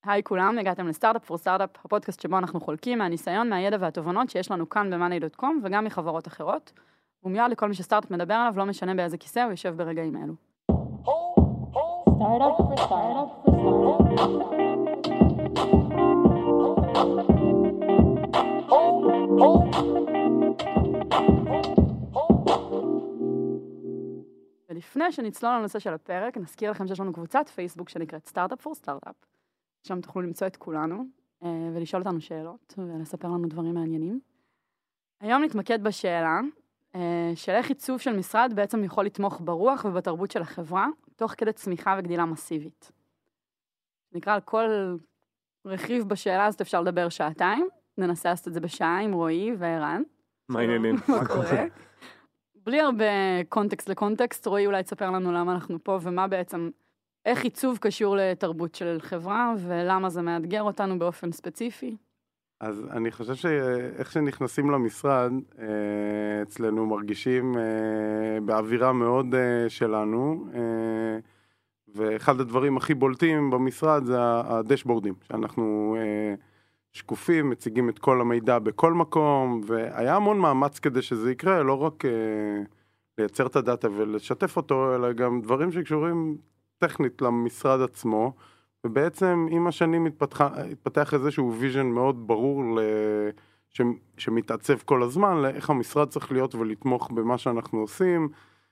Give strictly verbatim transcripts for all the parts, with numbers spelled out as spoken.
היי כולם, הגעתם לסטארט-אפ פור סטארט-אפ, הפודקאסט שבו אנחנו חולקים מהניסיון, מהידע והתובנות שיש לנו כאן ב-מאני דוט קום וגם מחברות אחרות. הוא מיועד לכל מי שסטארט-אפ מדבר עליו, לא משנה באיזה כיסא הוא יושב ברגעים אלו. סטארט-אפ פור סטארט-אפ פור ולפני שנצלול לנושא של הפרק, נזכיר לכם שיש לנו קבוצת פייסבוק שנקראת סטארט-אפ פור סטארט-אפ. שם תוכלו למצוא את כולנו, ולשאול אותנו שאלות, ולספר לנו דברים מעניינים. היום נתמקד בשאלה, של איך עיצוב של משרד בעצם יכול לתמוך ברוח ובתרבות של החברה, תוך כדי צמיחה וגדילה מסיבית. נקרא על כל רכיב בשאלה הזאת אפשר לדבר שעתיים, ננסה לעשות את זה בשעה עם רועי וערן. מה העניינים? מה קורה? בלי הרבה קונטקסט לקונטקסט, רועי אולי תספר לנו למה אנחנו פה, ומה בעצם, איך עיצוב קשור לתרבות של חברה, ולמה זה מאתגר אותנו באופן ספציפי. אז אני חושב שאיך שנכנסים למשרד, אצלנו מרגישים באווירה מאוד שלנו, ואחד הדברים הכי בולטים במשרד זה הדשבורדים, שאנחנו שקופים, מציגים את כל המידע בכל מקום, והיה המון מאמץ כדי שזה יקרה, לא רק לייצר את הדאטה ולשתף אותו, אלא גם דברים שקשורים טכנית למשרד עצמו, ובעצם עם השנים התפתח, התפתח איזשהו ויז'ן מאוד ברור ל... ש... שמתעצב כל הזמן, לאיך המשרד צריך להיות ולתמוך במה שאנחנו עושים,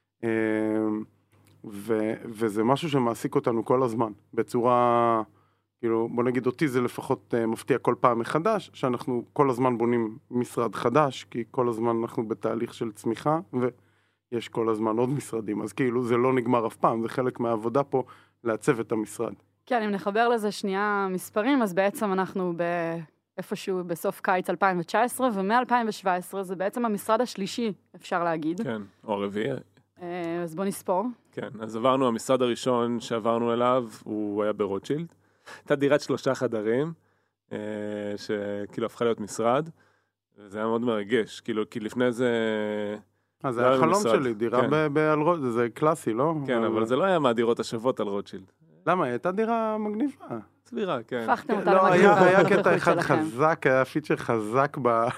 ו... וזה משהו שמעסיק אותנו כל הזמן, בצורה, כאילו, בוא נגיד אותי זה לפחות מפתיע כל פעם מחדש, שאנחנו כל הזמן בונים משרד חדש, כי כל הזמן אנחנו בתהליך של צמיחה, ויש כל הזמן עוד משרדים, אז כאילו זה לא נגמר אף פעם, זה חלק מהעבודה פה לעצב את המשרד. כן, אם נחבר לזה שנייה מספרים, אז בעצם אנחנו באיפשהו בסוף קיץ אלפיים תשע עשרה, ומ-אלפיים שבע עשרה זה בעצם המשרד השלישי, אפשר להגיד. כן, או הרביעי. אז בוא נספור. כן, אז עברנו, המשרד הראשון שעברנו אליו, הוא היה ברוטשילד. הייתה דירת שלושה חדרים, שכאילו הפכה להיות משרד, וזה היה מאוד מרגש, כאילו, כי לפני זה... אז זה היה חלום שלי, דירה בעל רוטשילד, זה קלאסי, לא? כן, אבל זה לא היה מהדירות השוות על רוטשילד. למה? הייתה דירה מגניבה. סבירה, כן. הפכתם אותה לא, למגניבה. היה קטע אחד חזק, היה פיצ'ר חזק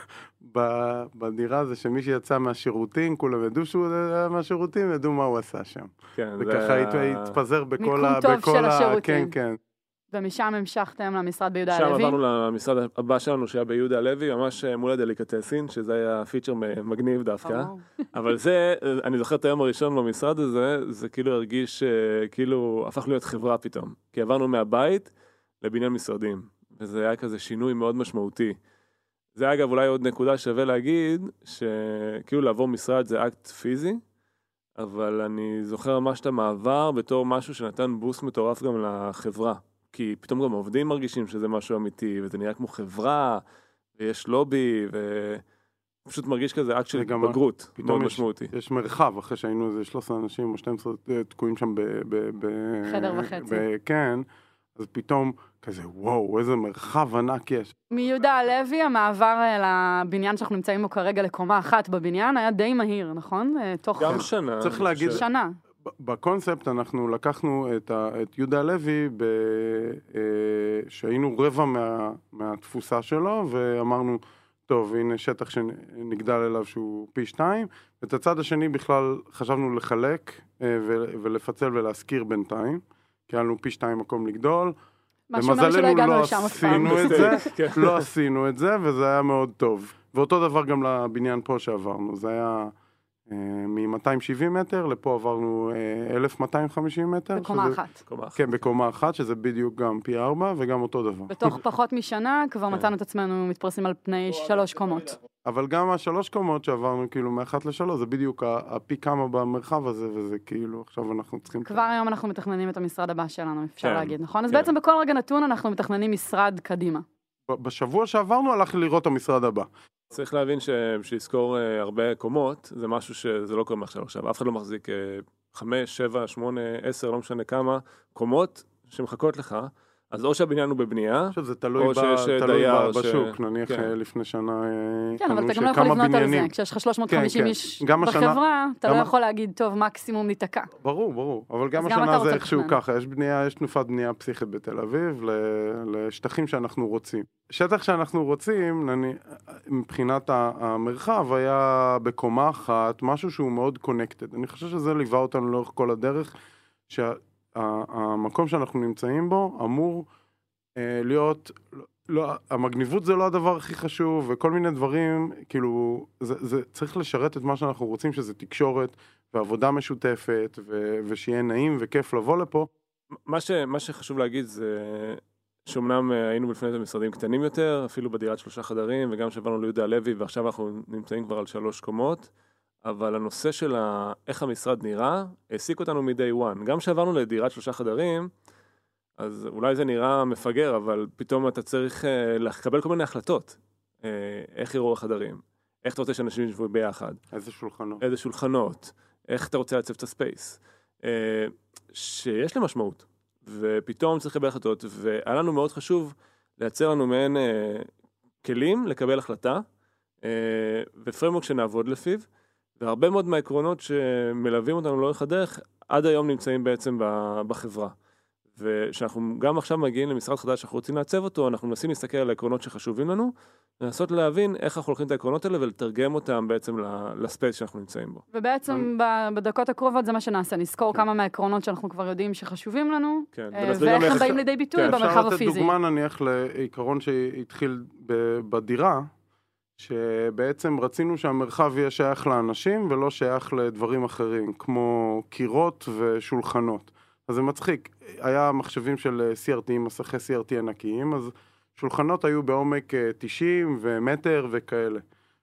בדירה, זה שמי שיצא מהשירותים, כולם ידעו שהוא היה מהשירותים, ידעו מה הוא עשה שם. כן, זה... וככה התפזר בכל ה... מיקום טוב של השירותים. כן, כן. ומשם המשכתם למשרד ביהודה הלוי? שם עברנו למשרד הבא שלנו שהיה ביהודה הלוי, ממש מול הדליקטסין, שזה היה פיצ'ר מגניב דווקא. אבל זה, אני זוכר את היום הראשון במשרד הזה, זה כאילו הרגיש, כאילו הפך להיות חברה פתאום. כי עברנו מהבית לבניין משרדים, וזה היה כזה שינוי מאוד משמעותי. זה אגב אולי עוד נקודה שווה להגיד, שכאילו לעבור משרד זה אקט פיזי, אבל אני זוכר ממש את המעבר בתור משהו שנתן בוסט מטורף גם לחברה. כי פתאום גם העובדים מרגישים שזה משהו אמיתי, וזה נראה כמו חברה, ויש לובי, ופשוט מרגיש כזה אקט של בגרות, מאוד משמעותי. יש מרחב, אחרי שהיינו איזה שלושה עשר אנשים, או שתים עשרה תקועים שם ב... חדר וחצי. כן, אז פתאום כזה, וואו, איזה מרחב ענק יש. מיהודה הלוי, המעבר לבניין שאנחנו נמצאים בו כרגע לקומה אחת בבניין, היה די מהיר, נכון? גם שנה. צריך להגיד... שנה. בקונספט אנחנו לקחנו את, ה, את יהודה הלוי ב, אה, שהיינו רבע מה, מהתפוסה שלו ואמרנו, טוב, הנה שטח שנגדל אליו שהוא פי שתיים, ואת הצד השני בכלל חשבנו לחלק אה, ו, ולפצל ולהזכיר בינתיים, כי היה לנו פי שתיים מקום לגדול, ומזלנו לא עשינו את זה, לא עשינו את זה, וזה היה מאוד טוב. ואותו דבר גם לבניין פה שעברנו, זה היה... מ-מאתיים שבעים מטר, לפה עברנו אלף מאתיים וחמישים מטר. בקומה אחת. כן, בקומה אחת, שזה בדיוק גם פי ארבע, וגם אותו דבר. בתוך פחות משנה, כבר מצאנו את עצמנו מתפרסים על פני שלוש קומות. אבל גם השלוש קומות שעברנו כאילו מאחת לשלוש, זה בדיוק הפי כמה במרחב הזה, וזה כאילו, עכשיו אנחנו צריכים... כבר היום אנחנו מתכננים את המשרד הבא שלנו, אפשר להגיד, נכון? אז בעצם בכל רגע נתון אנחנו מתכננים משרד קדימה. בשבוע שעברנו הלך לראות את המשרד הבא. צריך להבין שלזכור הרבה קומות, זה משהו שזה לא קורה מעכשיו עכשיו. אף אחד לא מחזיק חמש, שבע, שמונה, עשר, לא משנה כמה, קומות שמחכות לך, אז או שהבניין הוא בבנייה, שזה תלוי, או ב, שיש תלוי דייר ב, בשוק, ש... נניח כן. לפני שנה כן, אבל אתה גם לא יכול לבנות על זה, כשיש לך שלוש מאות וחמישים כן, כן. איש בחברה, השנה, אתה לא יכול להגיד, טוב, מקסימום ניתקע. ברור, ברור, אבל גם השנה גם זה איכשהו ככה, יש בנייה, יש תנופת בנייה פסיכית בתל אביב, לשטחים שאנחנו רוצים. שטח שאנחנו רוצים, מבחינת המרחב, היה בקומה אחת, משהו שהוא מאוד קונקטד. אני חושב שזה ליווה אותנו לאורך כל הדרך, שהמקום שאנחנו נמצאים בו אמור להיות, לא, המגניבות זה לא הדבר הכי חשוב, וכל מיני דברים, כאילו, זה, זה צריך לשרת את מה שאנחנו רוצים, שזה תקשורת ועבודה משותפת, ו, ושיהיה נעים וכיף לבוא לפה. מה ש, מה שחשוב להגיד זה, שאומנם היינו בפני את המשרדים קטנים יותר, אפילו בדירת שלושה חדרים, וגם שעברנו ליהודה הלוי, ועכשיו אנחנו נמצאים כבר על שלוש קומות, אבל הנושא של ה, איך המשרד נראה, העסיק אותנו מ-day one. גם שעברנו לדירת שלושה חדרים, אז אולי זה נראה מפגר, אבל פתאום אתה צריך לקבל כל מיני החלטות. איך יראו החדרים? איך אתה רוצה שאנשים ישבו ביחד? איזה שולחנות? איזה שולחנות? איך אתה רוצה לעצב את הספייס? שיש להם משמעות. ופתאום צריך לקבל החלטות, והיה לנו מאוד חשוב לייצר לנו מעין כלים לקבל החלטה, ופרמורק שנעבוד לפיו, והרבה מאוד מהעקרונות שמלווים אותנו לאורך הדרך, עד היום נמצאים בעצם בחברה. ושאנחנו גם עכשיו מגיעים למשרד חדש שאנחנו רוצים לעצב אותו, אנחנו מנסים להסתכל על העקרונות שחשובים לנו, לנסות להבין איך אנחנו הולכים את העקרונות האלה ולתרגם אותם בעצם לספייס שאנחנו נמצאים בו. ובעצם בדקות הקרובות זה מה שנעשה, נזכור כמה מהעקרונות שאנחנו כבר יודעים שחשובים לנו, ואיך הם באים לידי ביטוי במרחב הפיזי. אפשר לתת דוגמה נניח לעיקרון שהתחיל בדירה, שבעצם רצינו שהמרחב יהיה שייך לאנשים ולא שייך לדברים אחרים, כמו קירות ושולחנות. אז זה מצחיק, היה מחשבים של סי אר טי, מסכי סי אר טי ענקיים, אז שולחנות היו בעומק תשעים ומטר וכאלה.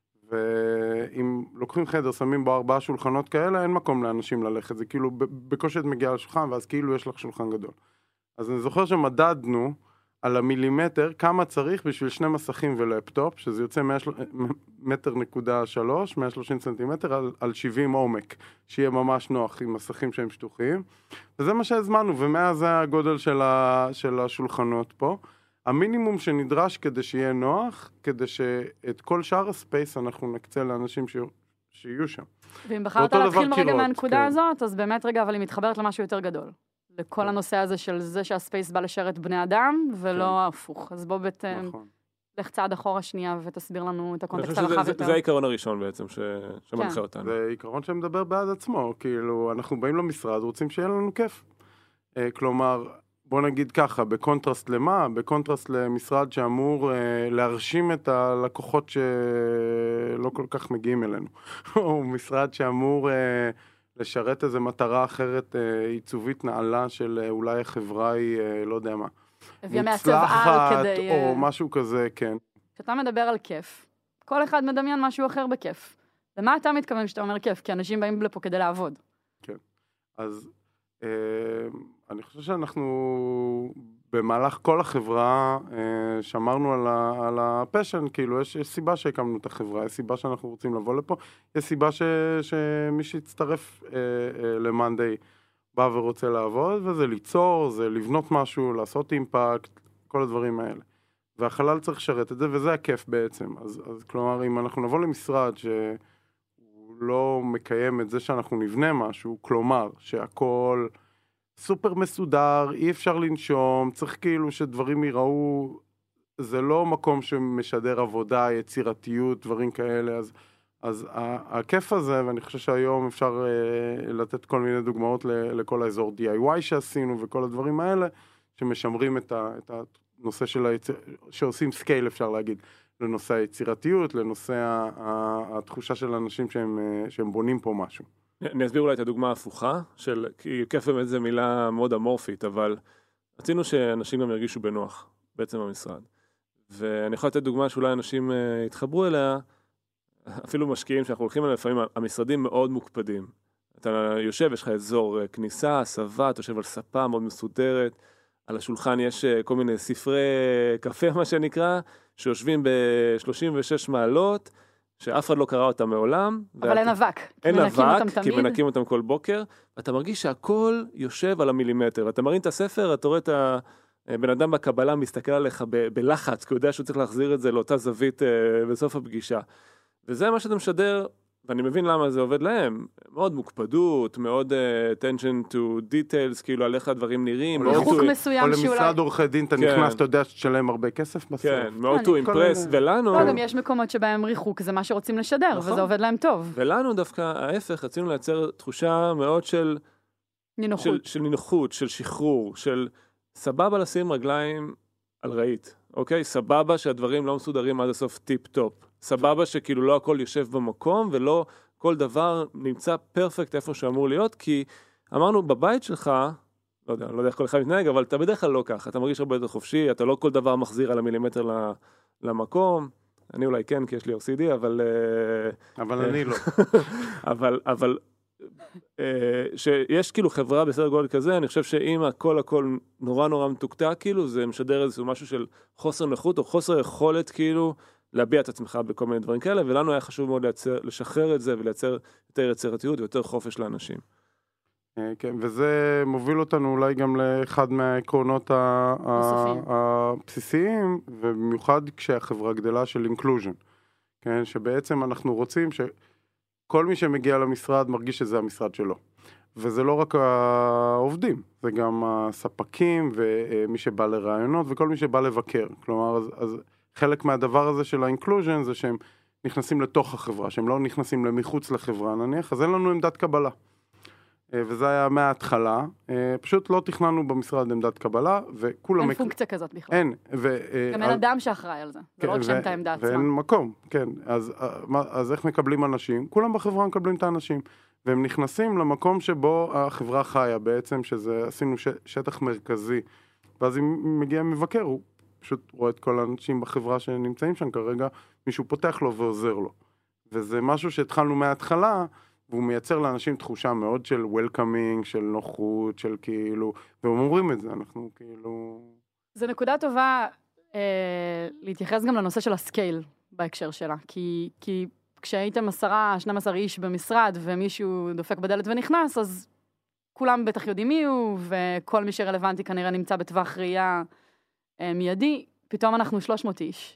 ואם לוקחים חדר, שמים בו ארבעה שולחנות כאלה, אין מקום לאנשים ללכת, זה כאילו בקושי את מגיעה לשולחן, ואז כאילו יש לך שולחן גדול. אז אני זוכר שמדדנו על המילימטר כמה צריך בשביל שני מסכים ולפטופ, שזה יוצא מטר נקודה שלוש, מאה ושלושים סנטימטר על, על שבעים עומק, שיהיה ממש נוח עם מסכים שהם שטוחים. וזה מה שהזמנו, ומאז זה הגודל של, ה, של השולחנות פה. המינימום שנדרש כדי שיהיה נוח, כדי שאת כל שאר הספייס אנחנו נקצה לאנשים ש... שיהיו שם. ואם בחרת להתחיל מרגע מהנקודה כן. הזאת, אז באמת רגע, אבל היא מתחברת למשהו יותר גדול. לכל הנושא הזה של זה שהספייס בא לשרת בני אדם, ולא הפוך. אז בוא בעצם, לך צעד אחורה שנייה ותסביר לנו את הקונטקסט הרחב יותר. זה העיקרון הראשון בעצם שמנחה אותנו. זה עיקרון שמדבר בעד עצמו, כאילו אנחנו באים למשרד, רוצים שיהיה לנו כיף. כלומר, בוא נגיד ככה, בקונטרסט למה? בקונטרסט למשרד שאמור להרשים את הלקוחות שלא כל כך מגיעים אלינו. או משרד שאמור לשרת איזו מטרה אחרת עיצובית נעלה של אולי החברה היא, לא יודע מה, מוצלחת או משהו כזה, כן. כשאתה מדבר על כיף, כל אחד מדמיין משהו אחר בכיף. למה אתה מתכוון שאתה אומר כיף? כי אנשים באים לפה כדי לעבוד. כן, אז אני חושב שאנחנו במהלך כל החברה שמרנו על, ה, על הפשן, כאילו יש, יש סיבה שהקמנו את החברה, יש סיבה שאנחנו רוצים לבוא לפה, יש סיבה ש, שמי שיצטרף למאנדיי בא ורוצה לעבוד, וזה ליצור, זה לבנות משהו, לעשות אימפקט, כל הדברים האלה. והחלל צריך לשרת את זה, וזה הכיף בעצם. אז, אז כלומר, אם אנחנו נבוא למשרד שהוא לא מקיים את זה שאנחנו נבנה משהו, כלומר, שהכל סופר מסודר, אי אפשר לנשום, צריך כאילו שדברים ייראו, זה לא מקום שמשדר עבודה, יצירתיות, דברים כאלה, אז, אז הכיף הזה, ואני חושב שהיום אפשר אה, לתת כל מיני דוגמאות ל, לכל האזור די איי וואי שעשינו, וכל הדברים האלה, שמשמרים את, ה, את הנושא של היציר, שעושים סקייל אפשר להגיד, לנושא היצירתיות, לנושא ה, ה, התחושה של אנשים שהם, שהם בונים פה משהו. אני אסביר אולי את הדוגמה ההפוכה, של, כי כיף באמת זו מילה מאוד אמורפית, אבל רצינו שאנשים גם ירגישו בנוח, בעצם במשרד. ואני יכול לתת דוגמה שאולי אנשים uh, יתחברו אליה, אפילו משקיעים שאנחנו הולכים אליה, לפעמים המשרדים מאוד מוקפדים. אתה יושב, יש לך אזור uh, כניסה, הסבה, אתה יושב על ספה מאוד מסודרת, על השולחן יש uh, כל מיני ספרי קפה, מה שנקרא, שיושבים ב-שלושים ושש מעלות, שאף אחד לא קרא אותם מעולם. אבל אין אבק. אין אבק, כי מנקים אותם כל בוקר, ואתה מרגיש שהכל יושב על המילימטר. אתה מרים את הספר, אתה רואה את בן אדם בקבלה מסתכל עליך ב- בלחץ, כי הוא יודע שהוא צריך להחזיר את זה לאותה זווית uh, בסוף הפגישה. וזה מה שאתה משדר, ואני מבין למה זה עובד להם, מאוד מוקפדות, מאוד uh, attention to details, כאילו על איך הדברים נראים. ריחוק מסוים או שאולי... למשרד עורכי דין, אתה כן. נכנס, אתה יודע שתשלם הרבה כסף בסוף. כן, מאוד אני- to impress, ולנו... לא, גם יש מקומות שבהם ריחוק זה מה שרוצים לשדר, נכון. וזה עובד להם טוב. ולנו דווקא ההפך, רצינו לייצר תחושה מאוד של... נינוחות. של, של נינוחות, של שחרור, של סבבה לשים רגליים על רהיט, אוקיי? סבבה שהדברים לא מסודרים עד הסוף טיפ-טופ. סבבה שכאילו לא הכל יושב במקום, ולא כל דבר נמצא פרפקט איפה שאמור להיות, כי אמרנו בבית שלך, לא יודע, לא יודע איך כל אחד מתנהג, אבל אתה בדרך כלל לא ככה, אתה מרגיש הרבה יותר חופשי, אתה לא כל דבר מחזיר על המילימטר למקום, אני אולי כן, כי יש לי או סי די, אבל... אבל אני לא. אבל, אבל... שיש כאילו חברה בסדר גודל כזה, אני חושב שאם הכל הכל נורא נורא מתוקתק, כאילו זה משדר איזשהו משהו של חוסר נוחות או חוסר יכולת כאילו להביע את עצמך בכל מיני דברים כאלה, ולנו היה חשוב מאוד לייצר, לשחרר את זה ולייצר יותר יצירתיות ויותר חופש לאנשים. כן, וזה מוביל אותנו אולי גם לאחד מהעקרונות ה- ה- הבסיסיים, ובמיוחד כשהחברה גדלה של אינקלוז'ן, כן, שבעצם אנחנו רוצים ש... כל מי שמגיע למשרד מרגיש שזה המשרד שלו. וזה לא רק העובדים, זה גם הספקים ומי שבא לרעיונות וכל מי שבא לבקר. כלומר, אז, אז חלק מהדבר הזה של האינקלוז'ן זה שהם נכנסים לתוך החברה, שהם לא נכנסים למחוץ לחברה נניח, אז אין לנו עמדת קבלה. וזה היה מההתחלה, פשוט לא תכננו במשרד עמדת קבלה, וכולם... אין פונקציה כזאת בכלל. אין. ו... גם אין אדם שאחראי על זה, זה לא רק שם את העמדה עצמה. ואין מקום, כן. אז, אז איך מקבלים אנשים? כולם בחברה מקבלים את האנשים, והם נכנסים למקום שבו החברה חיה בעצם, שזה עשינו ש... שטח מרכזי, ואז אם מגיע מבקר, הוא פשוט רואה את כל האנשים בחברה שנמצאים שם כרגע, מישהו פותח לו ועוזר לו. וזה משהו שהתחלנו מההתחלה, והוא מייצר לאנשים תחושה מאוד של welcoming, של נוחות, של כאילו, והם אומרים את זה, אנחנו כאילו... זו נקודה טובה אה, להתייחס גם לנושא של הסקייל בהקשר שלה, כי, כי כשהייתם עשרה, שנים עשר איש במשרד, ומישהו דופק בדלת ונכנס, אז כולם בטח יודעים מי הוא, וכל מי שרלוונטי כנראה נמצא בטווח ראייה אה, מיידי, פתאום אנחנו שלוש מאות איש,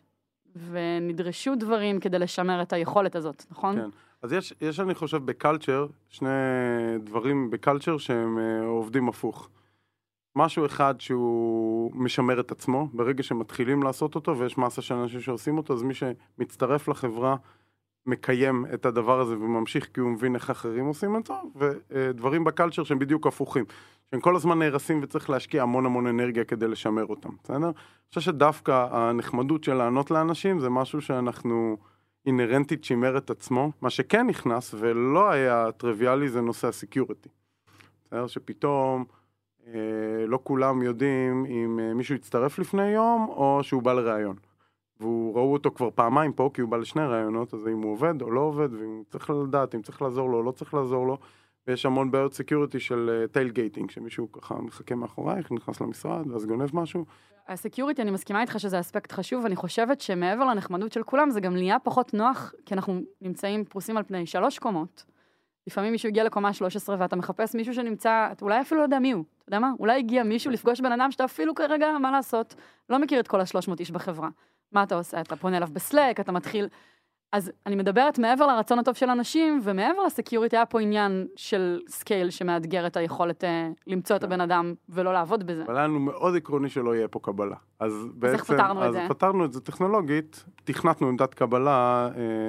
ונדרשו דברים כדי לשמר את היכולת הזאת, נכון? כן. אז יש, יש אני חושב בקלצ'ר, שני דברים בקלצ'ר שהם uh, עובדים הפוך. משהו אחד שהוא משמר את עצמו, ברגע שמתחילים לעשות אותו, ויש מסה של אנשים שעושים אותו, אז מי שמצטרף לחברה מקיים את הדבר הזה וממשיך כי הוא מבין איך אחרים עושים את זה, ודברים בקלצ'ר שהם בדיוק הפוכים, שהם כל הזמן נהרסים וצריך להשקיע המון המון אנרגיה כדי לשמר אותם, בסדר? אני חושב שדווקא הנחמדות של לענות לאנשים זה משהו שאנחנו... אינרנטית שימר את עצמו. מה שכן נכנס ולא היה טריוויאלי זה נושא הסקיוריטי. בסדר שפתאום אה, לא כולם יודעים אם אה, מישהו יצטרף לפני יום או שהוא בא לראיון. והוא ראו אותו כבר פעמיים פה כי הוא בא לשני ראיונות, אז אם הוא עובד או לא עובד, ואם צריך לדעת אם צריך לעזור לו או לא צריך לעזור לו, ויש המון בעיות סקיוריטי של טייל גייטינג, שמישהו ככה מחכה מאחורייך, נכנס למשרד ואז גונב משהו. הסקיוריטי, אני מסכימה איתך שזה אספקט חשוב, ואני חושבת שמעבר לנחמדות של כולם, זה גם נהיה פחות נוח, כי אנחנו נמצאים פרוסים על פני שלוש קומות. לפעמים מישהו הגיע לקומה שלוש עשרה, ואתה מחפש מישהו שנמצא, אתה אולי אפילו לא יודע מי הוא, אתה יודע מה? אולי הגיע מישהו לפגוש בן אדם שאתה אפילו כרגע, מה לעשות, לא מכיר את כל השלוש מאות איש בחברה. מה אתה עושה? אתה פונה אליו בסלק, אתה מתחיל... אז אני מדברת מעבר לרצון הטוב של אנשים, ומעבר לסקיוריטי היה פה עניין של סקייל שמאתגר את היכולת אה, למצוא את הבן אדם ולא לעבוד בזה. אבל היה לנו מאוד עקרוני שלא יהיה פה קבלה. אז, אז בעצם, איך פתרנו אז את זה? פתרנו את זה טכנולוגית, תכנתנו עמדת קבלה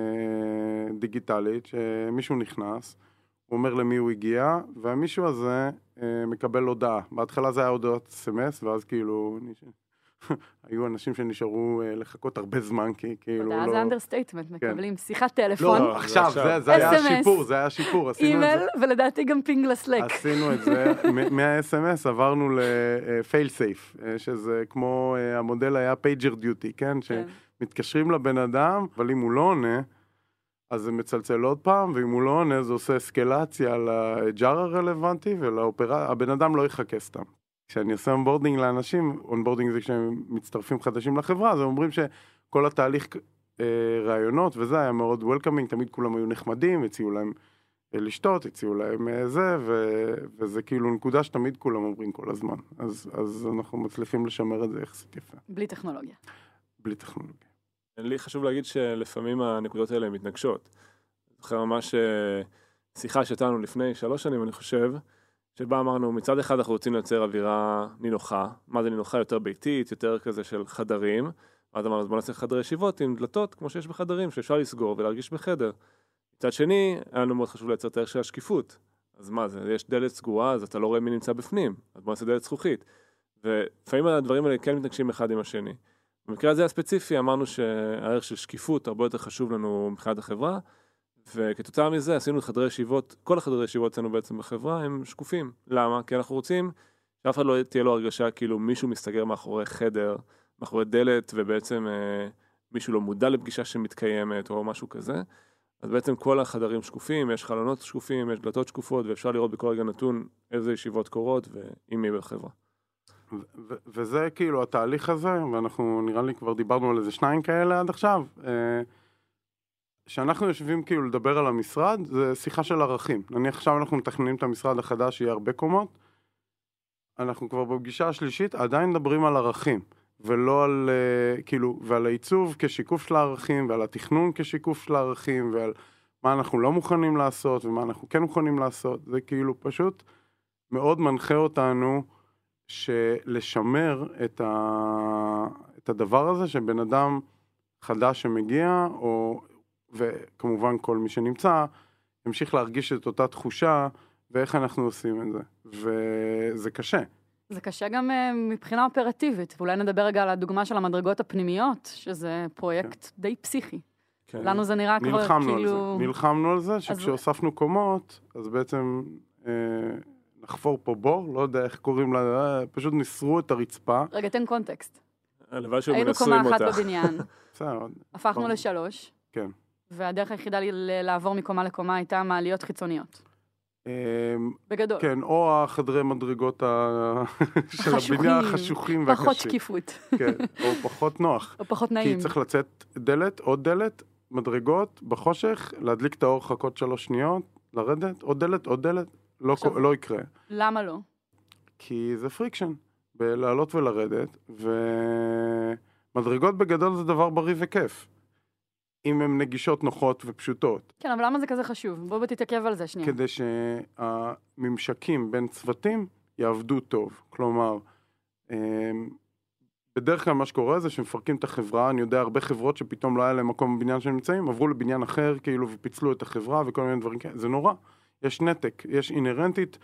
אה, דיגיטלית, שמישהו נכנס, הוא אומר למי הוא הגיע, והמישהו הזה אה, מקבל הודעה. בהתחלה זה היה הודעות אס אם אס, ואז כאילו... היו אנשים שנשארו לחכות הרבה זמן, כי כאילו לא... זה אנדרסטייטמנט, מקבלים שיחת טלפון. לא, עכשיו, זה היה שיפור, זה היה שיפור. אימייל, ולדעתי גם פינג לסלק. עשינו את זה, מה-אס אם אס עברנו ל-fail safe, שזה כמו, המודל היה pager duty, כן? שמתקשרים לבן אדם, אבל אם הוא לא עונה, אז זה מצלצל עוד פעם, ואם הוא לא עונה, זה עושה אסקלציה לג'אר הרלוונטי, והבן אדם לא יחכה סתם. כשאני עושה אונבורדינג לאנשים, אונבורדינג זה כשהם מצטרפים חדשים לחברה, אז הם אומרים שכל התהליך אה, רעיונות, וזה היה מאוד וולקאמינג, תמיד כולם היו נחמדים, הציעו להם לשתות, הציעו להם זה, ו, וזה כאילו נקודה שתמיד כולם אומרים כל הזמן. אז, אז אנחנו מצליחים לשמר את זה יחסית יפה. בלי טכנולוגיה. בלי טכנולוגיה. לי חשוב להגיד שלפעמים הנקודות האלה מתנגשות. זוכר ממש שיחה שהייתנו לפני שלוש שנים, אני חושב, שבה אמרנו, מצד אחד אנחנו רוצים לייצר אווירה נינוחה. מה זה נינוחה? יותר ביתית, יותר כזה של חדרים. אז אמרנו, אז בוא נעשה חדרי ישיבות עם דלתות, כמו שיש בחדרים, שאפשר לסגור ולהרגיש בחדר. מצד שני, היה לנו מאוד חשוב לייצר את הערך של השקיפות. אז מה זה? יש דלת סגורה, אז אתה לא רואה מי נמצא בפנים. אז בוא נעשה דלת זכוכית. ולפעמים הדברים האלה כן מתנגשים אחד עם השני. במקרה הזה הספציפי, אמרנו שהערך של שקיפות הרבה יותר חשוב לנו מבחינת החברה, וכתוצאה מזה עשינו חדרי ישיבות, כל החדרי ישיבות אצלנו בעצם בחברה הם שקופים. למה? כי אנחנו רוצים שאף אחד לא תהיה לו הרגשה כאילו מישהו מסתגר מאחורי חדר, מאחורי דלת, ובעצם אה, מישהו לא מודע לפגישה שמתקיימת או משהו כזה. אז בעצם כל החדרים שקופים, יש חלונות שקופים, יש דלתות שקופות, ואפשר לראות בכל רגע נתון איזה ישיבות קורות ועם מי בחברה. ו- ו- וזה כאילו התהליך הזה, ואנחנו נראה לי כבר דיברנו על איזה שניים כאלה עד עכשיו, שאנחנו יושבים כאילו לדבר על המשרד, זה שיחה של ערכים. נניח עכשיו אנחנו מתכננים את המשרד החדש, שיהיה הרבה קומות, אנחנו כבר בפגישה השלישית עדיין מדברים על ערכים, ולא על, כאילו, ועל העיצוב כשיקוף של הערכים, ועל התכנון כשיקוף של הערכים, ועל מה אנחנו לא מוכנים לעשות, ומה אנחנו כן מוכנים לעשות. זה כאילו פשוט מאוד מנחה אותנו, שלשמר את, ה... את הדבר הזה שבן אדם חדש שמגיע, או... וכמובן כל מי שנמצא, ימשיך להרגיש את אותה תחושה, ואיך אנחנו עושים את זה. וזה קשה. זה קשה גם uh, מבחינה אופרטיבית, ואולי נדבר רגע על הדוגמה של המדרגות הפנימיות, שזה פרויקט כן. די פסיכי. כן. לנו זה נראה כבר נלחמנו כאילו... על זה. נלחמנו על זה, שכשהוספנו קומות, אז בעצם... אה... נחפור פה בור, לא יודע איך קוראים לה, פשוט ניסרו את הרצפה. רגע, תן קונטקסט. היינו קומה אחת בבניין, בסדר. הפכנו לשלוש, כן. והדרך היחידה לעבור מקומה לקומה הייתה מעליות חיצוניות. בגדול. כן, או החדרי מדרגות של הבניין החשוכים והקשים. פחות שקיפות. כן, או פחות נוח. או פחות נעים. כי צריך לצאת דלת, עוד דלת, מדרגות, בחושך, להדליק את האור, חכות שלוש שניות, לרדת, עוד דלת, עוד דלת. לא, עכשיו, לא יקרה. למה לא? כי זה פריקשן, בלעלות ולרדת, ומדרגות בגדול זה דבר בריא וכיף. אם הן נגישות, נוחות ופשוטות. כן, אבל למה זה כזה חשוב? בוא תתעכב על זה שנייה. כדי שהממשקים בין צוותים יעבדו טוב. כלומר, בדרך כלל מה שקורה זה שמפרקים את החברה, אני יודע הרבה חברות שפתאום לא היה להם מקום בבניין שהם נמצאים, עברו לבניין אחר כאילו ופיצלו את החברה וכל מיני דברים כאלה. זה נורא. יש נתק, יש אינרנטית,